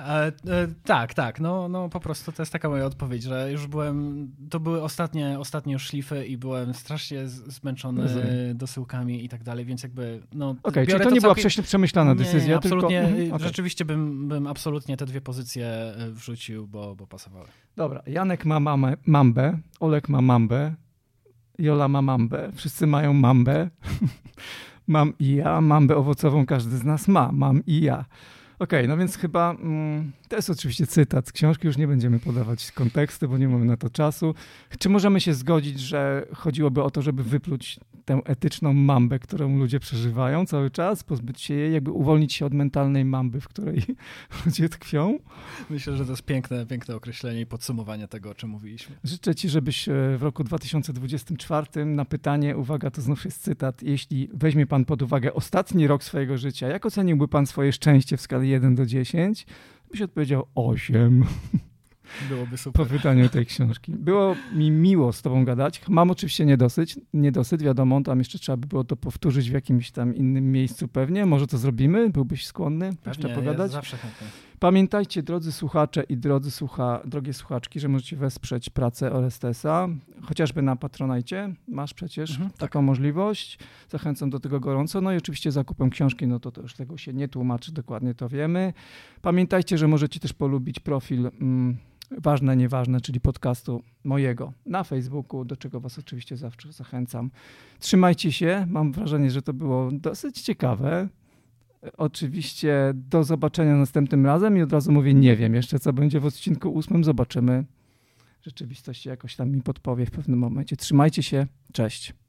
Tak. No po prostu to jest taka moja odpowiedź, że już to były ostatnie już szlify i byłem strasznie zmęczony dosyłkami i tak dalej, więc jakby Okej, czyli to nie była przemyślana decyzja, nie, absolutnie, tylko... Rzeczywiście bym absolutnie te dwie pozycje wrzucił, bo pasowały. Dobra, Janek ma mambę, Olek ma mambę, Jola ma mambę, wszyscy mają mambę. Mam i ja, mambę owocową każdy z nas ma, mam i ja. Okej, no więc chyba to jest oczywiście cytat z książki, już nie będziemy podawać kontekstu, bo nie mamy na to czasu. Czy możemy się zgodzić, że chodziłoby o to, żeby wypluć tę etyczną mambę, którą ludzie przeżywają cały czas, pozbyć się jej, jakby uwolnić się od mentalnej mamby, w której ludzie tkwią? Myślę, że to jest piękne określenie i podsumowanie tego, o czym mówiliśmy. Życzę ci, żebyś w roku 2024 na pytanie, uwaga, to znów jest cytat, jeśli weźmie pan pod uwagę ostatni rok swojego życia, jak oceniłby pan swoje szczęście w skali 1 do 10? Byś odpowiedział 8. Byłoby super. Po wydaniu tej książki. Było mi miło z tobą gadać. Mam oczywiście niedosyt, wiadomo, tam jeszcze trzeba by było to powtórzyć w jakimś tam innym miejscu pewnie. Może to zrobimy? Byłbyś skłonny jeszcze pogadać? Ja zawsze chętnie. Pamiętajcie, drodzy słuchacze i drogie słuchaczki, że możecie wesprzeć pracę ORSTS-a, chociażby na Patronite. Masz przecież taką możliwość. Zachęcam do tego gorąco. No i oczywiście zakupem książki, no to już tego się nie tłumaczy, dokładnie to wiemy. Pamiętajcie, że możecie też polubić profil Ważne, Nieważne, czyli podcastu mojego na Facebooku, do czego was oczywiście zawsze zachęcam. Trzymajcie się. Mam wrażenie, że to było dosyć ciekawe. Oczywiście do zobaczenia następnym razem i od razu mówię, nie wiem jeszcze, co będzie w odcinku 8. Zobaczymy. Rzeczywistość jakoś tam mi podpowie w pewnym momencie. Trzymajcie się. Cześć.